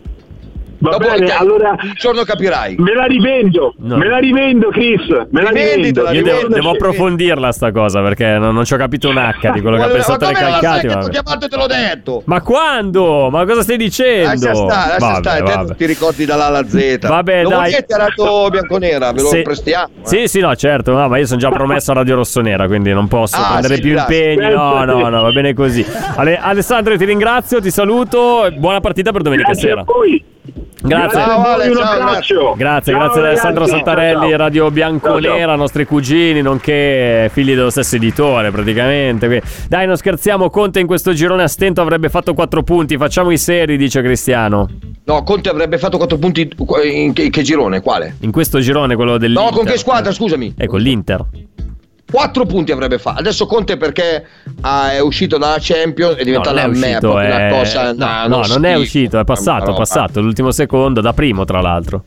Va Dopo bene, te, allora un giorno capirai. Me la rivendo, no. me la rivendo, Chris. Me la rivendo. Io devo, devo approfondirla sta cosa perché non, non ci ho capito un H di quello che ha pensato le calcate. Ma ti ho chiamato e te l'ho detto. Ma quando? Ma cosa stai dicendo? Lascia stare, lascia vabbè, stare, vabbè. Te ti ricordi dall'A alla Z. Vabbè, non dai. È tirato bianconera, ve lo sì. prestiamo. Eh. Sì, sì, no, certo, no, ma io sono già promesso a Radio Rossonera, quindi non posso ah, prendere sì, più grazie. impegni. No, no, no, va bene così. Ale- Alessandro, ti ringrazio, ti saluto. Buona partita per domenica Grazie sera. A voi. Grazie. Ciao, Ale, un ciao, abbraccio. Grazie, ciao, grazie ad Alessandro ragazzi. Santarelli, ciao, ciao. Radio Bianconera, ciao, ciao. Nostri cugini, nonché figli dello stesso editore praticamente. Dai, non scherziamo, Conte in questo girone a stento avrebbe fatto quattro punti, facciamo i seri, dice Cristiano. No, Conte avrebbe fatto quattro punti in che, in che girone? Quale? In questo girone, quello dell'Inter. No, con che squadra, scusami? Ecco, l'Inter. Quattro punti avrebbe fatto. Adesso Conte perché ah, è uscito dalla Champions e diventa no, una merda, è... una cosa. No, no, no non schifo. è uscito, è passato, è passato l'ultimo secondo, da primo tra l'altro.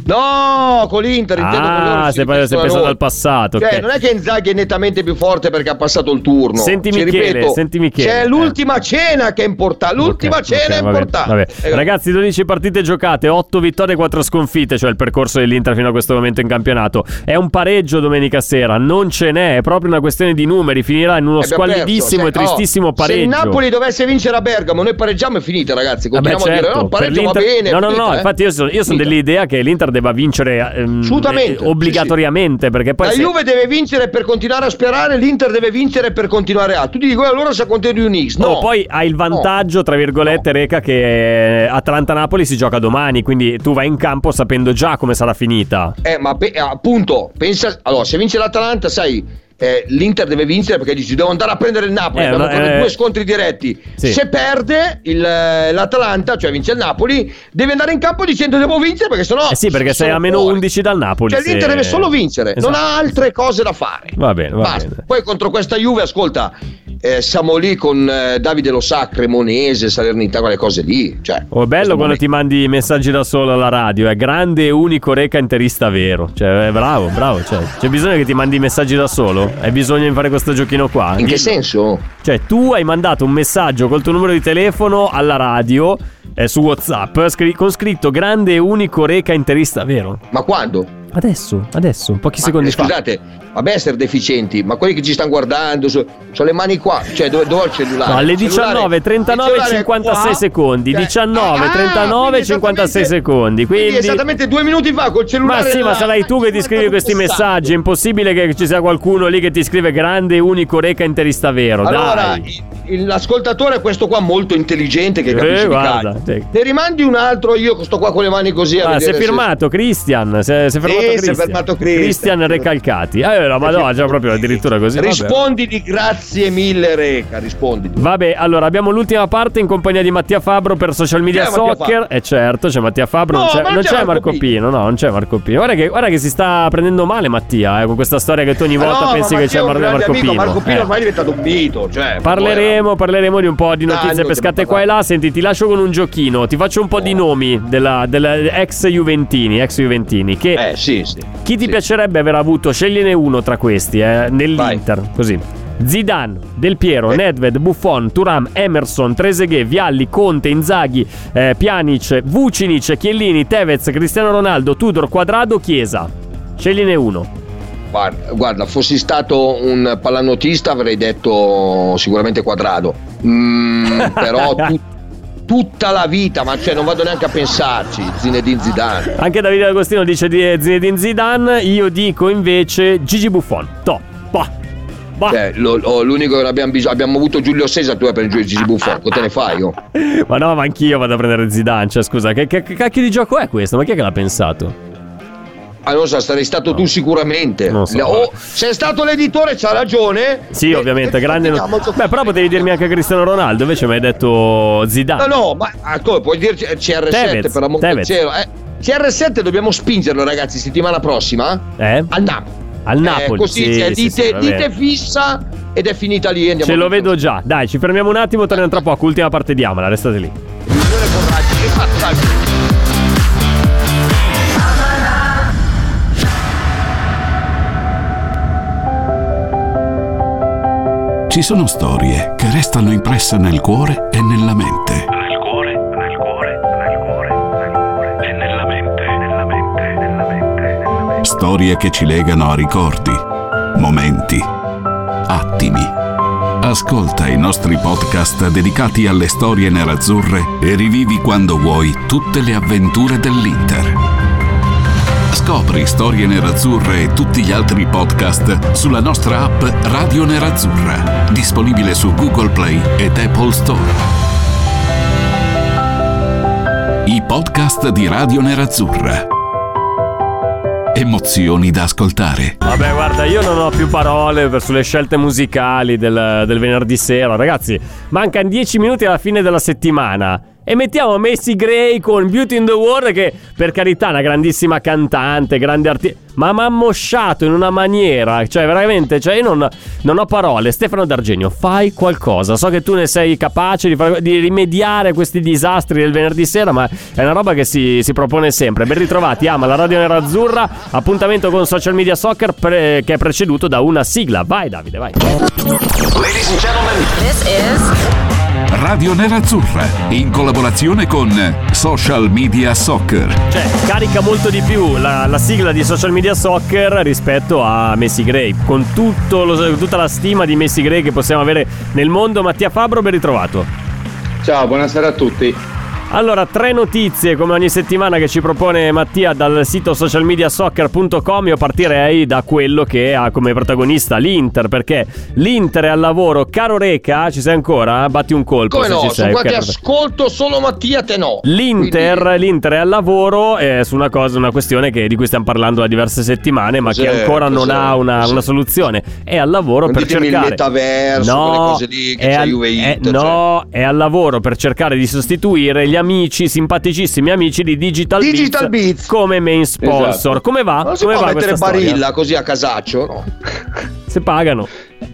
No, con l'Inter intendo con loro. Ah, sei pensato al passato. Cioè, okay. non è che Inzaghi è nettamente più forte perché ha passato il turno. Senti Ci Michele, ripeto, senti Michele. C'è eh. l'ultima cena che è importante. L'ultima okay, cena okay, è vabbè, importante. Vabbè. Eh, Ragazzi, dodici partite giocate, otto vittorie e quattro sconfitte, cioè il percorso dell'Inter fino a questo momento in campionato. È un pareggio domenica sera, non ce n'è, è proprio una questione di numeri, finirà in uno squallidissimo se, e tristissimo oh, pareggio. Se il Napoli dovesse vincere a Bergamo, noi pareggiamo e finite, ragazzi. Continuiamo Vabbè, certo, a dire no, pareggio va l'Inter... bene. No, no, finita, no, eh? infatti io sono, io sono dell'idea che l'Inter debba vincere ehm, assolutamente obbligatoriamente, sì, sì. Perché poi la se... Juve deve vincere per continuare a sperare, l'Inter deve vincere per continuare a. Tu ti dico, allora se contenti un X. No, no, poi hai il vantaggio, no. tra virgolette, no. Reca, che Atalanta-Napoli si gioca domani, quindi tu vai in campo sapendo già come sarà finita. Eh, ma pe- appunto, pensa, allora, se vince l'Atalanta, sai, eh, l'Inter deve vincere perché dici devo andare a prendere il Napoli, eh, abbiamo no, eh, due scontri diretti. Sì. Se perde il, l'Atalanta, cioè vince il Napoli, devi andare in campo dicendo devo vincere perché sennò eh sì, perché sei a meno undici dal Napoli. Cioè se... l'Inter deve solo vincere, esatto. Non ha altre cose da fare. Va bene, va basta. bene. Poi contro questa Juve, ascolta, eh, siamo lì con eh, Davide Lo Sa, Cremonese, Salernità, quelle cose lì. Cioè, oh, bello quando momento. Ti mandi i messaggi da solo alla radio, è grande e unico Reca interista vero. Cioè, è bravo, bravo. Cioè, c'è bisogno che ti mandi i messaggi da solo? Hai bisogno di fare questo giochino qua? In che senso? Cioè, tu hai mandato un messaggio col tuo numero di telefono alla radio eh, su WhatsApp scri- con scritto grande e unico Reca interista vero. Ma quando? Adesso, adesso, pochi ma, secondi eh, fa. Scusate, vabbè essere deficienti, ma quelli che ci stanno guardando so, ho le mani qua, cioè dove, dove ho il cellulare? No, alle diciannove trentanove cinquantasei secondi, diciannove trentanove cinquantasei secondi. Quindi... quindi esattamente due minuti fa col cellulare. Ma sì, là, ma sarai tu che ti scrivi questi messaggi, è impossibile che ci sia qualcuno lì che ti scrive grande e unico Reca interista vero. Allora, dai. Il, l'ascoltatore è questo qua molto intelligente che capisce eh, di guarda, calcio. sì. Ne rimandi un altro, io sto qua con le mani così a ah, si è firmato se... Christian, si è, si è fermato sì, Christian. Si è fermato Christian. Christian Recalcati. Allora, ma no, già proprio addirittura così. Rispondi di grazie mille Reca, rispondi. Vabbè, allora abbiamo l'ultima parte in compagnia di Mattia Fabbro per Social Media c'è Soccer. E eh certo, c'è Mattia Fabbro, no, non c'è, non non c'è c'è Marco, Marco Pino. Pino, no, non c'è Marco Pino. Guarda che, guarda che si sta prendendo male Mattia, eh, con questa storia che tu ogni volta no, pensi che c'è Mar- Marco amico, Pino. Marco Pino eh. ormai è diventato un mito, cioè, Parleremo, parleremo di un po' di notizie no, pescate qua e là. Senti, ti lascio con un giochino. Ti faccio un po' oh. di nomi della, della ex Juventini, ex Juventini. Che eh, sì, sì. Chi ti sì. piacerebbe aver avuto? Scegliene uno tra questi, eh, nell'Inter, Vai. Così. Zidane, Del Piero, eh. Nedved, Buffon, Thuram, Emerson, Trezeguet, Vialli, Conte, Inzaghi, eh, Pjanic, Vucinic, Chiellini, Tevez, Cristiano Ronaldo, Tudor, Quadrado, Chiesa. Scegliene uno. Guarda, guarda, fossi stato un pallanuotista avrei detto sicuramente Quadrado. Mm, però tu, tutta la vita, ma cioè non vado neanche a pensarci. Zinedine Zidane. Anche Davide Agostino dice di Zinedine Zidane. Io dico invece Gigi Buffon. Top. Bah. Cioè, lo, lo, l'unico che abbiamo bisogno, abbiamo avuto Giulio Cesar, tu hai per Gigi Buffon, cosa te ne fai io? Ma no, ma anch'io vado a prendere Zidane, cioè scusa, che, che, che cacchio di gioco è questo? Ma chi è che l'ha pensato? Ah, non so, sarei stato no. tu sicuramente. Non so, oh, se è stato l'editore c'ha ragione. Sì, e, ovviamente, e grande. No... Beh, però potevi dirmi anche Cristiano Ronaldo, invece mi hai detto Zidane. No, no, ma ah, come puoi dirci C R sette Tevez, per amor del cielo. Eh, C R sette dobbiamo spingerlo, ragazzi, settimana prossima. Eh? Al Napoli. Al Napoli. Eh, così sì, cioè, sì, dite, sì, dite fissa ed è finita lì. Ce lo vedo già. Dai, ci fermiamo un attimo, torniamo tra poco. Ultima parte di Amala, restate lì. Ci sono storie che restano impresse nel cuore e nella mente. Nel cuore, nel cuore, nel cuore, nel cuore e nella mente, nella mente, nella mente, nella mente. Storie che ci legano a ricordi, momenti, attimi. Ascolta i nostri podcast dedicati alle storie nerazzurre e rivivi quando vuoi tutte le avventure dell'Inter. Scopri Storie Nerazzurre e tutti gli altri podcast sulla nostra app Radio Nerazzurra, disponibile su Google Play ed Apple Store. I podcast di Radio Nerazzurra. Emozioni da ascoltare. Vabbè, guarda, io non ho più parole per, sulle scelte musicali del, del venerdì sera. Ragazzi, mancano dieci minuti alla fine della settimana e mettiamo Macy Gray con Beauty in the World, che per carità è una grandissima cantante, grande artista, ma mi ha mosciato in una maniera, cioè veramente, cioè io non, non ho parole. Stefano D'Argenio, fai qualcosa, so che tu ne sei capace di, far, di rimediare a questi disastri del venerdì sera, ma è una roba che si, si propone sempre. Ben ritrovati, ama la Radio Nerazzurra, appuntamento con Social Media Soccer pre, che è preceduto da una sigla. Vai Davide, vai. Ladies and gentlemen, this is Radio Nerazzurra, in collaborazione con Social Media Soccer. Cioè, carica molto di più la, la sigla di Social Media Soccer rispetto a Macy Gray, con tutto lo, tutta la stima di Macy Gray che possiamo avere nel mondo. Mattia Fabbro, ben ritrovato. Ciao, buonasera a tutti. Allora, tre notizie come ogni settimana che ci propone Mattia dal sito social media soccer punto com. Io partirei da quello che ha come protagonista l'Inter, perché l'Inter è al lavoro. Caro Reca, ci sei ancora? Batti un colpo. Come se no, ci sei. Su qualche ascolto solo Mattia, te no. L'Inter, Quindi... l'Inter è al lavoro eh, su una cosa, una questione che, di cui stiamo parlando da diverse settimane, ma cos'è, che ancora non ha una, una soluzione. È al lavoro non per cercare il metaverso, no, quelle cose lì che c'è al... Juve Inter, è... no, cioè. È al lavoro per cercare di sostituire gli amici, simpaticissimi amici di Digital, Digital Beats, Beats come main sponsor. Esatto. Come va? Non si come può va mettere questa Barilla storia? Così a casaccio, no? Se pagano.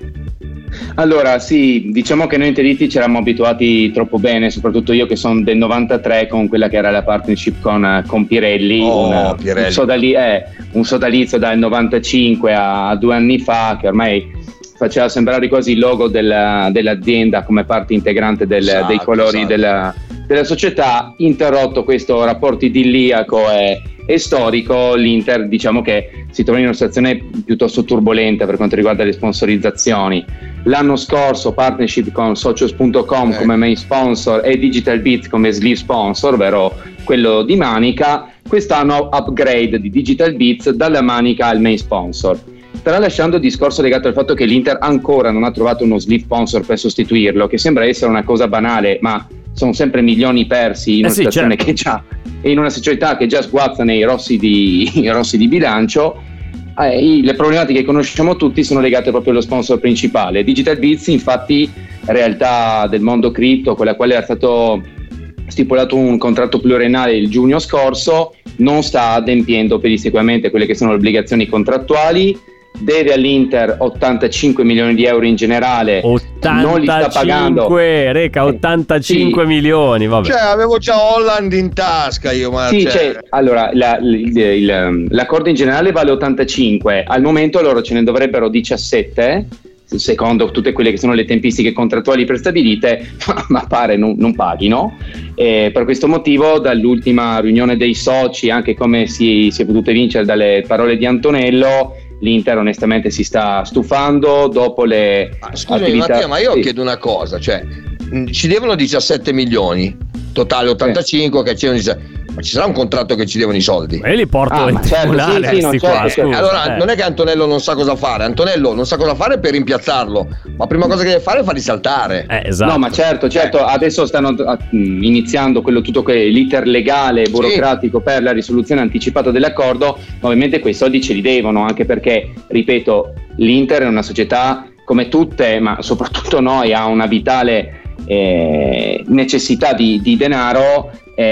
Allora sì, diciamo che noi interiti ci eravamo abituati troppo bene, soprattutto io che sono del novantatré, con quella che era la partnership con, con Pirelli, oh, un, Pirelli. Un, sodali, eh, un sodalizio dal novantacinque a due anni fa, che ormai faceva sembrare quasi il logo della, dell'azienda come parte integrante del, esatto, dei colori esatto. della, della società. Interrotto questo rapporto idilliaco e, e storico, l'Inter diciamo che si trova in una situazione piuttosto turbolenta per quanto riguarda le sponsorizzazioni. L'anno scorso partnership con Socios punto com eh. come main sponsor e Digital Beats come sleeve sponsor, ovvero quello di manica. Quest'anno upgrade di Digital Beats dalla manica al main sponsor. Però lasciando il discorso legato al fatto che l'Inter ancora non ha trovato uno sleeve sponsor per sostituirlo, che sembra essere una cosa banale, ma sono sempre milioni persi in una eh sì, situazione certo. che già e in una società che già sguazza nei rossi di, i rossi di bilancio. Eh, le problematiche che conosciamo tutti sono legate proprio allo sponsor principale. Digital Beats, infatti, realtà del mondo cripto, con la quale era stato stipulato un contratto pluriennale il giugno scorso, non sta adempiendo pedissequamente quelle che sono le obbligazioni contrattuali. Deve all'Inter ottantacinque milioni di euro in generale, ottantacinque, non li sta pagando. Reca, ottantacinque sì. milioni, vabbè. Cioè, avevo già Holland in tasca io, ma sì, cioè... cioè, allora la, il, il, l'accordo in generale vale ottantacinque, al momento loro ce ne dovrebbero diciassette secondo tutte quelle che sono le tempistiche contrattuali prestabilite, ma, ma pare non, non paghino. E per questo motivo dall'ultima riunione dei soci, anche come si, si è potuto vincere dalle parole di Antonello, l'Inter onestamente si sta stufando dopo le ah, scusami attività... Mattia, ma io sì. chiedo una cosa, cioè ci devono diciassette milioni, totale ottantacinque sì. Che ci dice ma ci sarà un contratto che ci devono i soldi e li porto ah, in tribunale certo, sì, sì, no, certo, certo. Allora eh. non è che Antonello non sa cosa fare, Antonello non sa cosa fare per rimpiazzarlo, ma prima cosa che deve fare è farli saltare. Eh, esatto. No, ma certo, certo, eh. adesso stanno iniziando quello tutto che l'iter legale burocratico sì. per la risoluzione anticipata dell'accordo. Ovviamente quei soldi ce li devono, anche perché, ripeto, l'Inter è una società come tutte, ma soprattutto noi, ha una vitale eh, necessità di, di denaro.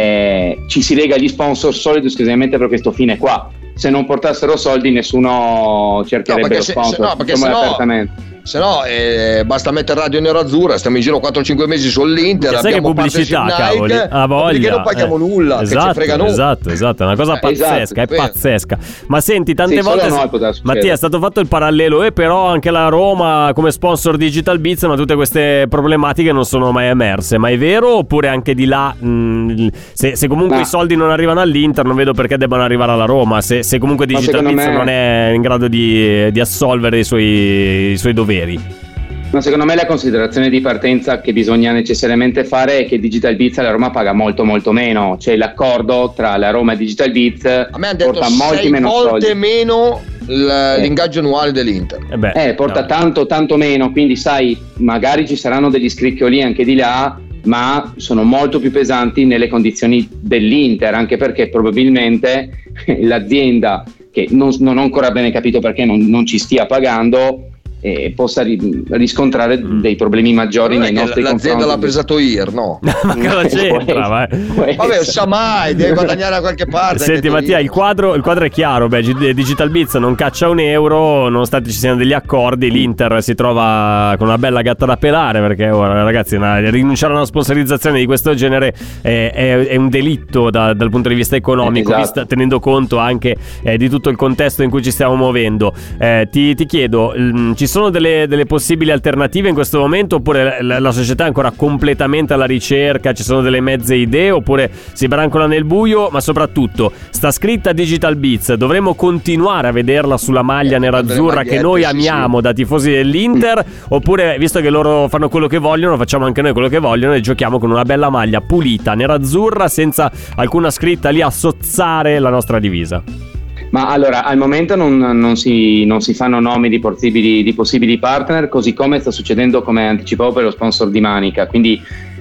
Eh, ci si lega agli sponsor solo ed esclusivamente per questo fine qua. Se non portassero soldi nessuno cercherebbe no, lo sponsor. Se, no, perché se no, se no eh, basta mettere Radio Nerazzurra, stiamo in giro quattro cinque mesi sull'Inter, sai che pubblicità, cavoli, a voglia, perché non paghiamo eh. nulla, esatto, che ci frega noi. Esatto, esatto, è una cosa pazzesca, esatto, è pazzesca. Ma senti, tante sì, volte Mattia è stato fatto il parallelo e però anche la Roma come sponsor Digital Beats, ma tutte queste problematiche non sono mai emerse. Ma è vero oppure anche di là mh, se, se comunque no. i soldi non arrivano all'Inter non vedo perché debbano arrivare alla Roma, se, se comunque Digital Beats me... non è in grado di, di assolvere i suoi, i suoi doveri. No, secondo me la considerazione di partenza che bisogna necessariamente fare è che Digital Beats alla Roma paga molto molto meno, cioè l'accordo tra la Roma e Digital Beats a me hanno detto porta molti sei meno volte soldi. meno l- l'ingaggio annuale dell'Inter. Eh, beh, eh porta no. tanto tanto meno, quindi sai, magari ci saranno degli scricchioli anche di là, ma sono molto più pesanti nelle condizioni dell'Inter, anche perché probabilmente l'azienda, che non, non ho ancora bene capito perché non, non ci stia pagando, e possa ri- riscontrare mm. dei problemi maggiori nei nostri confronti. L'azienda l'ha pesato I R, no? Ma cosa c'entra? Vabbè, non sa mai, deve guadagnare da qualche parte. Senti Mattia, il quadro, il quadro è chiaro. Beh, Digital Beats non caccia un euro, nonostante ci siano degli accordi. L'Inter si trova con una bella gatta da pelare, perché ora, ragazzi, una, rinunciare a una sponsorizzazione di questo genere è, è, è un delitto da, dal punto di vista economico, esatto. vista, tenendo conto anche eh, di tutto il contesto in cui ci stiamo muovendo. Eh, ti, ti chiedo, mh, ci sono delle, delle possibili alternative in questo momento, oppure la, la società è ancora completamente alla ricerca, ci sono delle mezze idee, oppure si brancola nel buio? Ma soprattutto, sta scritta Digital Beats, dovremmo continuare a vederla sulla maglia eh, nerazzurra che noi amiamo sì, da tifosi dell'Inter, oppure visto che loro fanno quello che vogliono, facciamo anche noi quello che vogliono e giochiamo con una bella maglia pulita nerazzurra senza alcuna scritta lì a sozzare la nostra divisa? Ma allora, al momento non, non, si, non si fanno nomi di possibili, di possibili partner, così come sta succedendo, come anticipavo, per lo sponsor di Manica. Quindi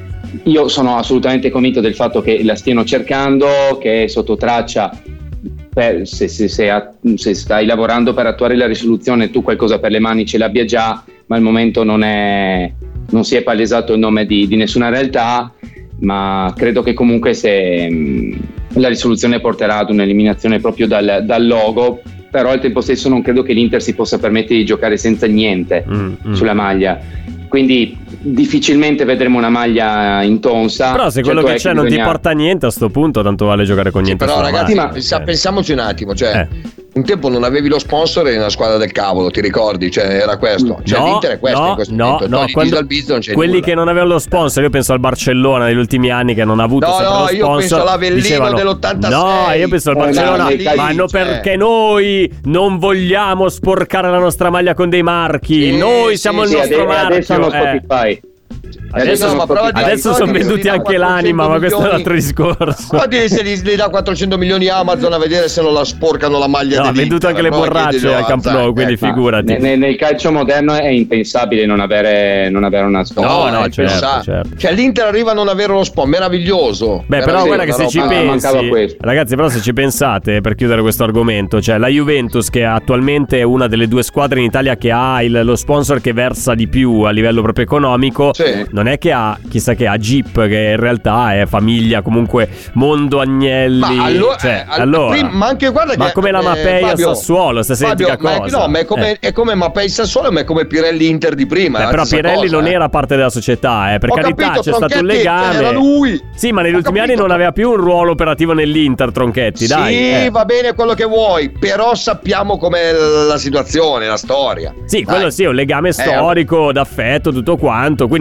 io sono assolutamente convinto del fatto che la stiano cercando, che è sotto traccia. Per, se, se, se, se stai lavorando per attuare la risoluzione, tu qualcosa per le mani ce l'abbia già, ma al momento non, è, non si è palesato il nome di, di nessuna realtà. Ma credo che comunque se mh, la risoluzione porterà ad un'eliminazione proprio dal, dal logo, però al tempo stesso non credo che l'Inter si possa permettere di giocare senza niente mm, mm. sulla maglia, quindi difficilmente vedremo una maglia intonsa. Però se quello certo che c'è che non bisogna... ti porta a niente, a sto punto tanto vale giocare con niente. Sì, però ragazzi, ma eh. pensiamoci un attimo, cioè eh. un tempo non avevi lo sponsor e una squadra del cavolo, ti ricordi? Cioè era questo, cioè no, l'Inter è questo no, in questo no, momento. no, quando, non c'è quelli nulla. Che non avevano lo sponsor, io penso al Barcellona negli ultimi anni che non ha avuto no, sempre no, lo sponsor. io penso all'Avellino dicevano, dell'ottantasei. No, io penso al Barcellona, eh, no, ma hanno cioè. Perché noi non vogliamo sporcare la nostra maglia con dei marchi, sì, noi siamo sì, il nostro adesso, marchio. Adesso hanno Spotify. Eh. Adesso, no, sono, adesso sono venduti anche l'anima, ma questo è un altro discorso. Guardi se gli, gli dà quattrocento milioni Amazon a vedere se non la sporcano la maglia. No, ha venduto anche le borracce al Camp Nou, quindi eh, figurati. Nel, nel calcio moderno è impensabile non avere, non avere una sponsor. No, no, certo, certo. Cioè l'Inter arriva a non avere uno sponsor, meraviglioso. Beh, però guarda che se ci pensi, ragazzi, però se ci pensate, per chiudere questo argomento, cioè la Juventus, che attualmente è una delle due squadre in Italia che ha il, lo sponsor che versa di più a livello proprio economico, sì. Non è che ha chissà che ha Jeep, che in realtà è famiglia, comunque Mondo Agnelli, ma allora, cioè, eh, allora prima, ma anche guarda ma che come la Mapei a Sassuolo, stessa Fabio, identica ma cosa. È, no, ma è come, eh. è come Mapei Sassuolo, ma è come Pirelli Inter di prima. Beh, però Pirelli cosa, non eh. era parte della società, eh. Per Ho carità, capito, c'è stato un legame. Era lui. Sì, ma negli Ho ultimi capito. anni non aveva più un ruolo operativo nell'Inter, Tronchetti, dai. Sì, eh. va bene quello che vuoi, però sappiamo com'è la situazione, la storia. Sì, dai. quello sì, è un legame storico, eh. d'affetto, tutto quanto. Quindi, cioè, alla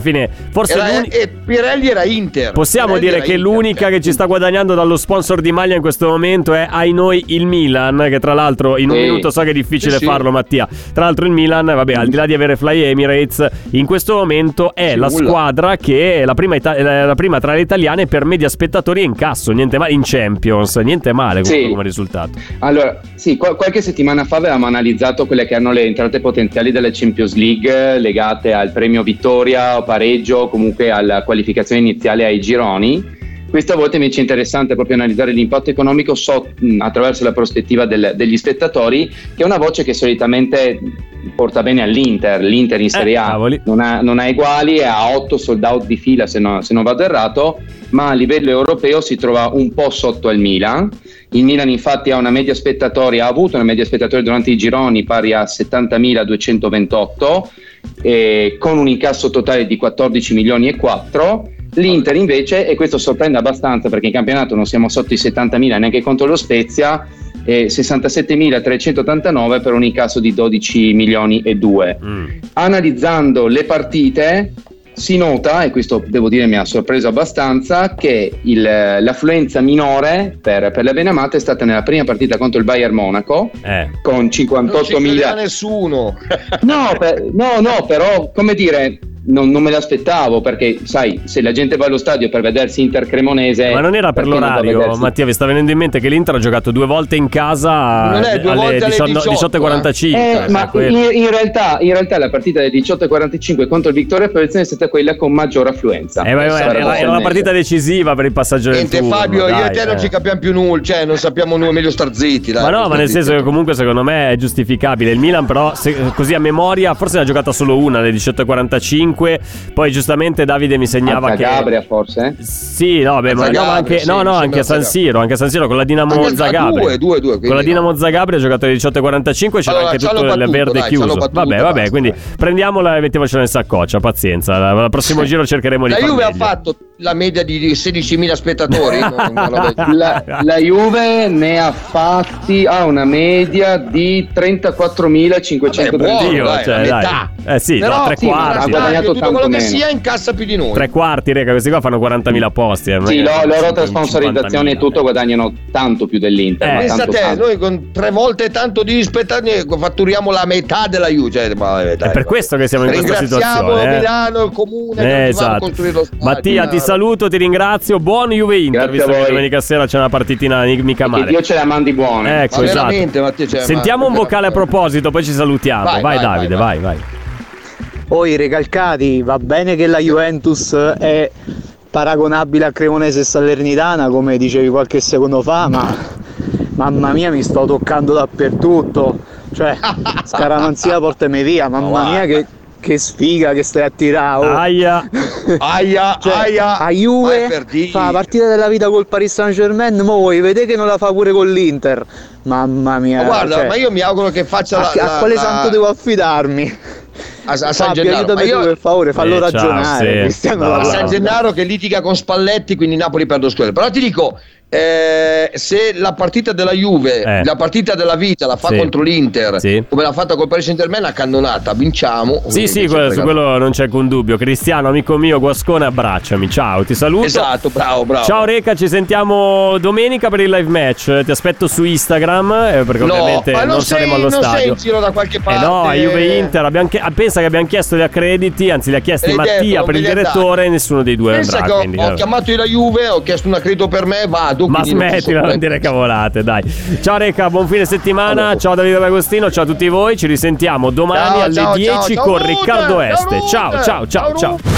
fine forse era, e Pirelli era Inter. Possiamo Pirelli dire che Inter, l'unica che ci sta guadagnando dallo sponsor di maglia in questo momento è ai noi il Milan, che tra l'altro in un sì. minuto so che è difficile sì, sì. farlo, Mattia. Tra l'altro il Milan, vabbè, al di là di avere Fly Emirates, in questo momento è Sì, la nulla. squadra che è la prima, ita- la prima tra le italiane per media spettatori e incasso, niente male in Champions, niente male comunque Sì. come risultato. Allora, sì, qual- qualche settimana fa avevamo analizzato quelle che erano le entrate potenziali della Champions League legate al premio vittoria o pareggio, o comunque alla qualificazione iniziale ai gironi. Questa volta invece è interessante proprio analizzare l'impatto economico so- attraverso la prospettiva del- degli spettatori, che è una voce che solitamente porta bene all'Inter. L'Inter in Serie Eh, A cavoli. non ha, non ha eguali, è a otto sold out di fila se, no- se non vado errato, ma a livello europeo si trova un po' sotto al Milan. Il Milan infatti ha una media spettatori, ha avuto una media spettatori durante i gironi pari a settantamiladuecentoventotto, eh, con un incasso totale di quattordici milioni e quattro. L'Inter invece, e questo sorprende abbastanza perché in campionato non siamo sotto i settantamila neanche contro lo Spezia, eh, sessantasettemilatrecentottantanove per un incasso di dodici milioni e due. Mm. Analizzando le partite si nota, e questo devo dire mi ha sorpreso abbastanza, che il, l'affluenza minore per, per le Benamate è stata nella prima partita contro il Bayern Monaco, Eh. con Non ci cinquantottomila. credeva nessuno. No, per- no, no, però come dire, non, non me l'aspettavo, perché sai, se la gente va allo stadio per vedersi Inter Cremonese, Ma non era per perché non va a l'orario, vedersi- Mattia, vi sta venendo in mente che l'Inter ha giocato due volte in casa Non è, due alle volte alle diciotto, diciotto e quarantacinque. Eh, ma in, in realtà, in realtà la partita del diciotto e quarantacinque contro il Victoria Pilsen è stata quella con maggior affluenza. Eh, ma- ma- era, era una partita decisiva per il passaggio del Niente, turno. Fabio, io dai, e te non eh. ci capiamo più nulla, cioè non sappiamo nulla, meglio star zitti. Dai, Ma no, star ma nel zitti. senso che comunque secondo me è giustificabile. Il Milan però se- così a memoria forse ne ha giocata solo una alle diciotto e quarantacinque. Poi giustamente Davide mi segnava Alza che Gabria forse? Sì, no, beh, ma, Alza no, ma anche, Gabria, no, sì, no, mi anche a sembra San Siro, anche a San Siro con la Dinamo Anche a Zagabria. due, due, due, quindi con la Dinamo no. Zagabria ha giocato alle diciotto e quarantacinque, c'era Allora, anche ci hanno tutto il battuto, verde dai, ci chiuso. hanno battuto, vabbè, vabbè, basta, quindi dai. prendiamola e mettiamoci in saccoccia, pazienza. La- Al prossimo giro cercheremo di La far Juve ha meglio. fatto la media di sedicimila spettatori. no? Una roba di- La, la Juve ne ha fatti ha una media di trentaquattromilacinquecentotrenta. Vabbè, Dio, buono, dai, cioè, la dai. metà. Eh sì, Però, no, tre sì, ma quarti. ha Stadio, guadagnato tutto tanto quello che meno. sia incassa più di noi. Tre quarti, rega, questi qua fanno quarantamila posti. eh, non è Sì, che lo- fanno loro tra cinquantamila, sponsorizzazione e tutto guadagnano tanto più dell'Inter. Eh, ma Pensa a tanto, te, tanto. noi con tre volte tanto di spettatori fatturiamo la metà della Juve. Cioè, ma, dai, È per dai. questo che siamo in questa Ringraziamo situazione. eh. Milano, il comune, che Eh, non ci vanno a esatto. costruire lo stadio. Mattia, ti saluto, ti ringrazio. Buon Juve Inter, Grazie visto a che voi. domenica sera c'è una partitina mica Che male. Dio ce la mandi buone. Ecco, Ma esatto. veramente, Mattia, cioè, Sentiamo ma- un vocale a proposito, poi ci salutiamo. Vai, Vai, vai, Davide, vai, vai, vai. Poi Recalcati, va bene che la Juventus è paragonabile a Cremonese e Salernitana, come dicevi qualche secondo fa, ma mamma mia mi sto toccando dappertutto. Cioè, scaramanzia portami via, mamma mia che, che sfiga che stai a tirare. oh. Aia. Aia, Cioè, aia. a Ma è Juve per dire. fa la partita della vita col Paris Saint Germain, mo voi vedete che non la fa pure con l'Inter. Mamma mia. Ma guarda, cioè, ma io mi auguro che faccia a, la, a la- quale la- santo devo affidarmi? a, a San Fabio, Gennaro. Ma aiutami io- tu per favore, fallo Eh, ciao, ragionare. sì. Cristiano No. a Ronaldo. San Gennaro che litiga con Spalletti, quindi Napoli perde squadra. Però ti dico, eh, se la partita della Juve, Eh. la partita della vita la fa Sì. contro l'Inter, Sì. come l'ha fatta col Paris Saint Germain, a cannonata, vinciamo. Sì, sì, quello- su quello non c'è alcun dubbio. Cristiano, amico mio, Guascone, abbracciami. Ciao, ti saluto. Esatto, bravo, bravo. Ciao Reca, ci sentiamo domenica per il live match. Ti aspetto su Instagram, eh, perché No, ovviamente ma non, non saremo sei- allo non sei stadio. in giro da qualche Eh parte. no, a Juve Inter abbiamo chie- pensa che abbiamo chiesto gli accrediti, anzi li ha chiesti E Mattia detto, per il non me li ha direttore e nessuno dei due Pensa andrà. che ho, quindi, ho eh. chiamato io la Juve, ho chiesto un accredito per me, vado. Ma quindi non ci smettila, sono non dire cavolate, dai. Ciao Reca, buon fine settimana. Ciao Davide D'Agostino, ciao a tutti voi. Ci risentiamo domani Ciao, alle ciao, dieci ciao, con ciao, Riccardo Rude, Este. ciao, Ciao, Rude, ciao, ciao, ciao, ciao. Rude.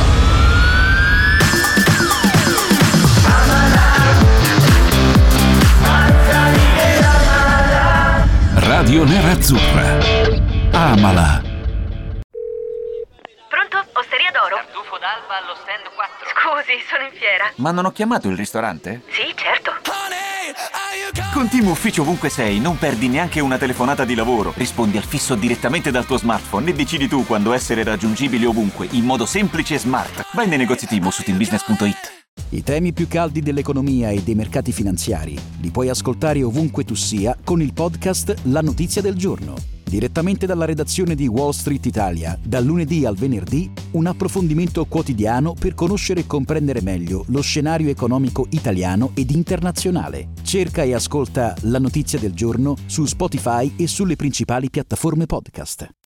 Radio Nerazzurra. Amala. Pronto? Osteria d'oro? Tartufo d'alba allo stand quattro. Scusi, sono in fiera. Ma non ho chiamato il ristorante? Sì, certo. Con Team Ufficio ovunque sei, non perdi neanche una telefonata di lavoro. Rispondi al fisso direttamente dal tuo smartphone e decidi tu quando essere raggiungibile ovunque, in modo semplice e smart. Vai nei negozi Team o su team business punto it. I temi più caldi dell'economia e dei mercati finanziari li puoi ascoltare ovunque tu sia con il podcast La Notizia del Giorno, Direttamente dalla redazione di Wall Street Italia, dal lunedì al venerdì, un approfondimento quotidiano per conoscere e comprendere meglio lo scenario economico italiano ed internazionale. Cerca e ascolta La Notizia del Giorno su Spotify e sulle principali piattaforme podcast.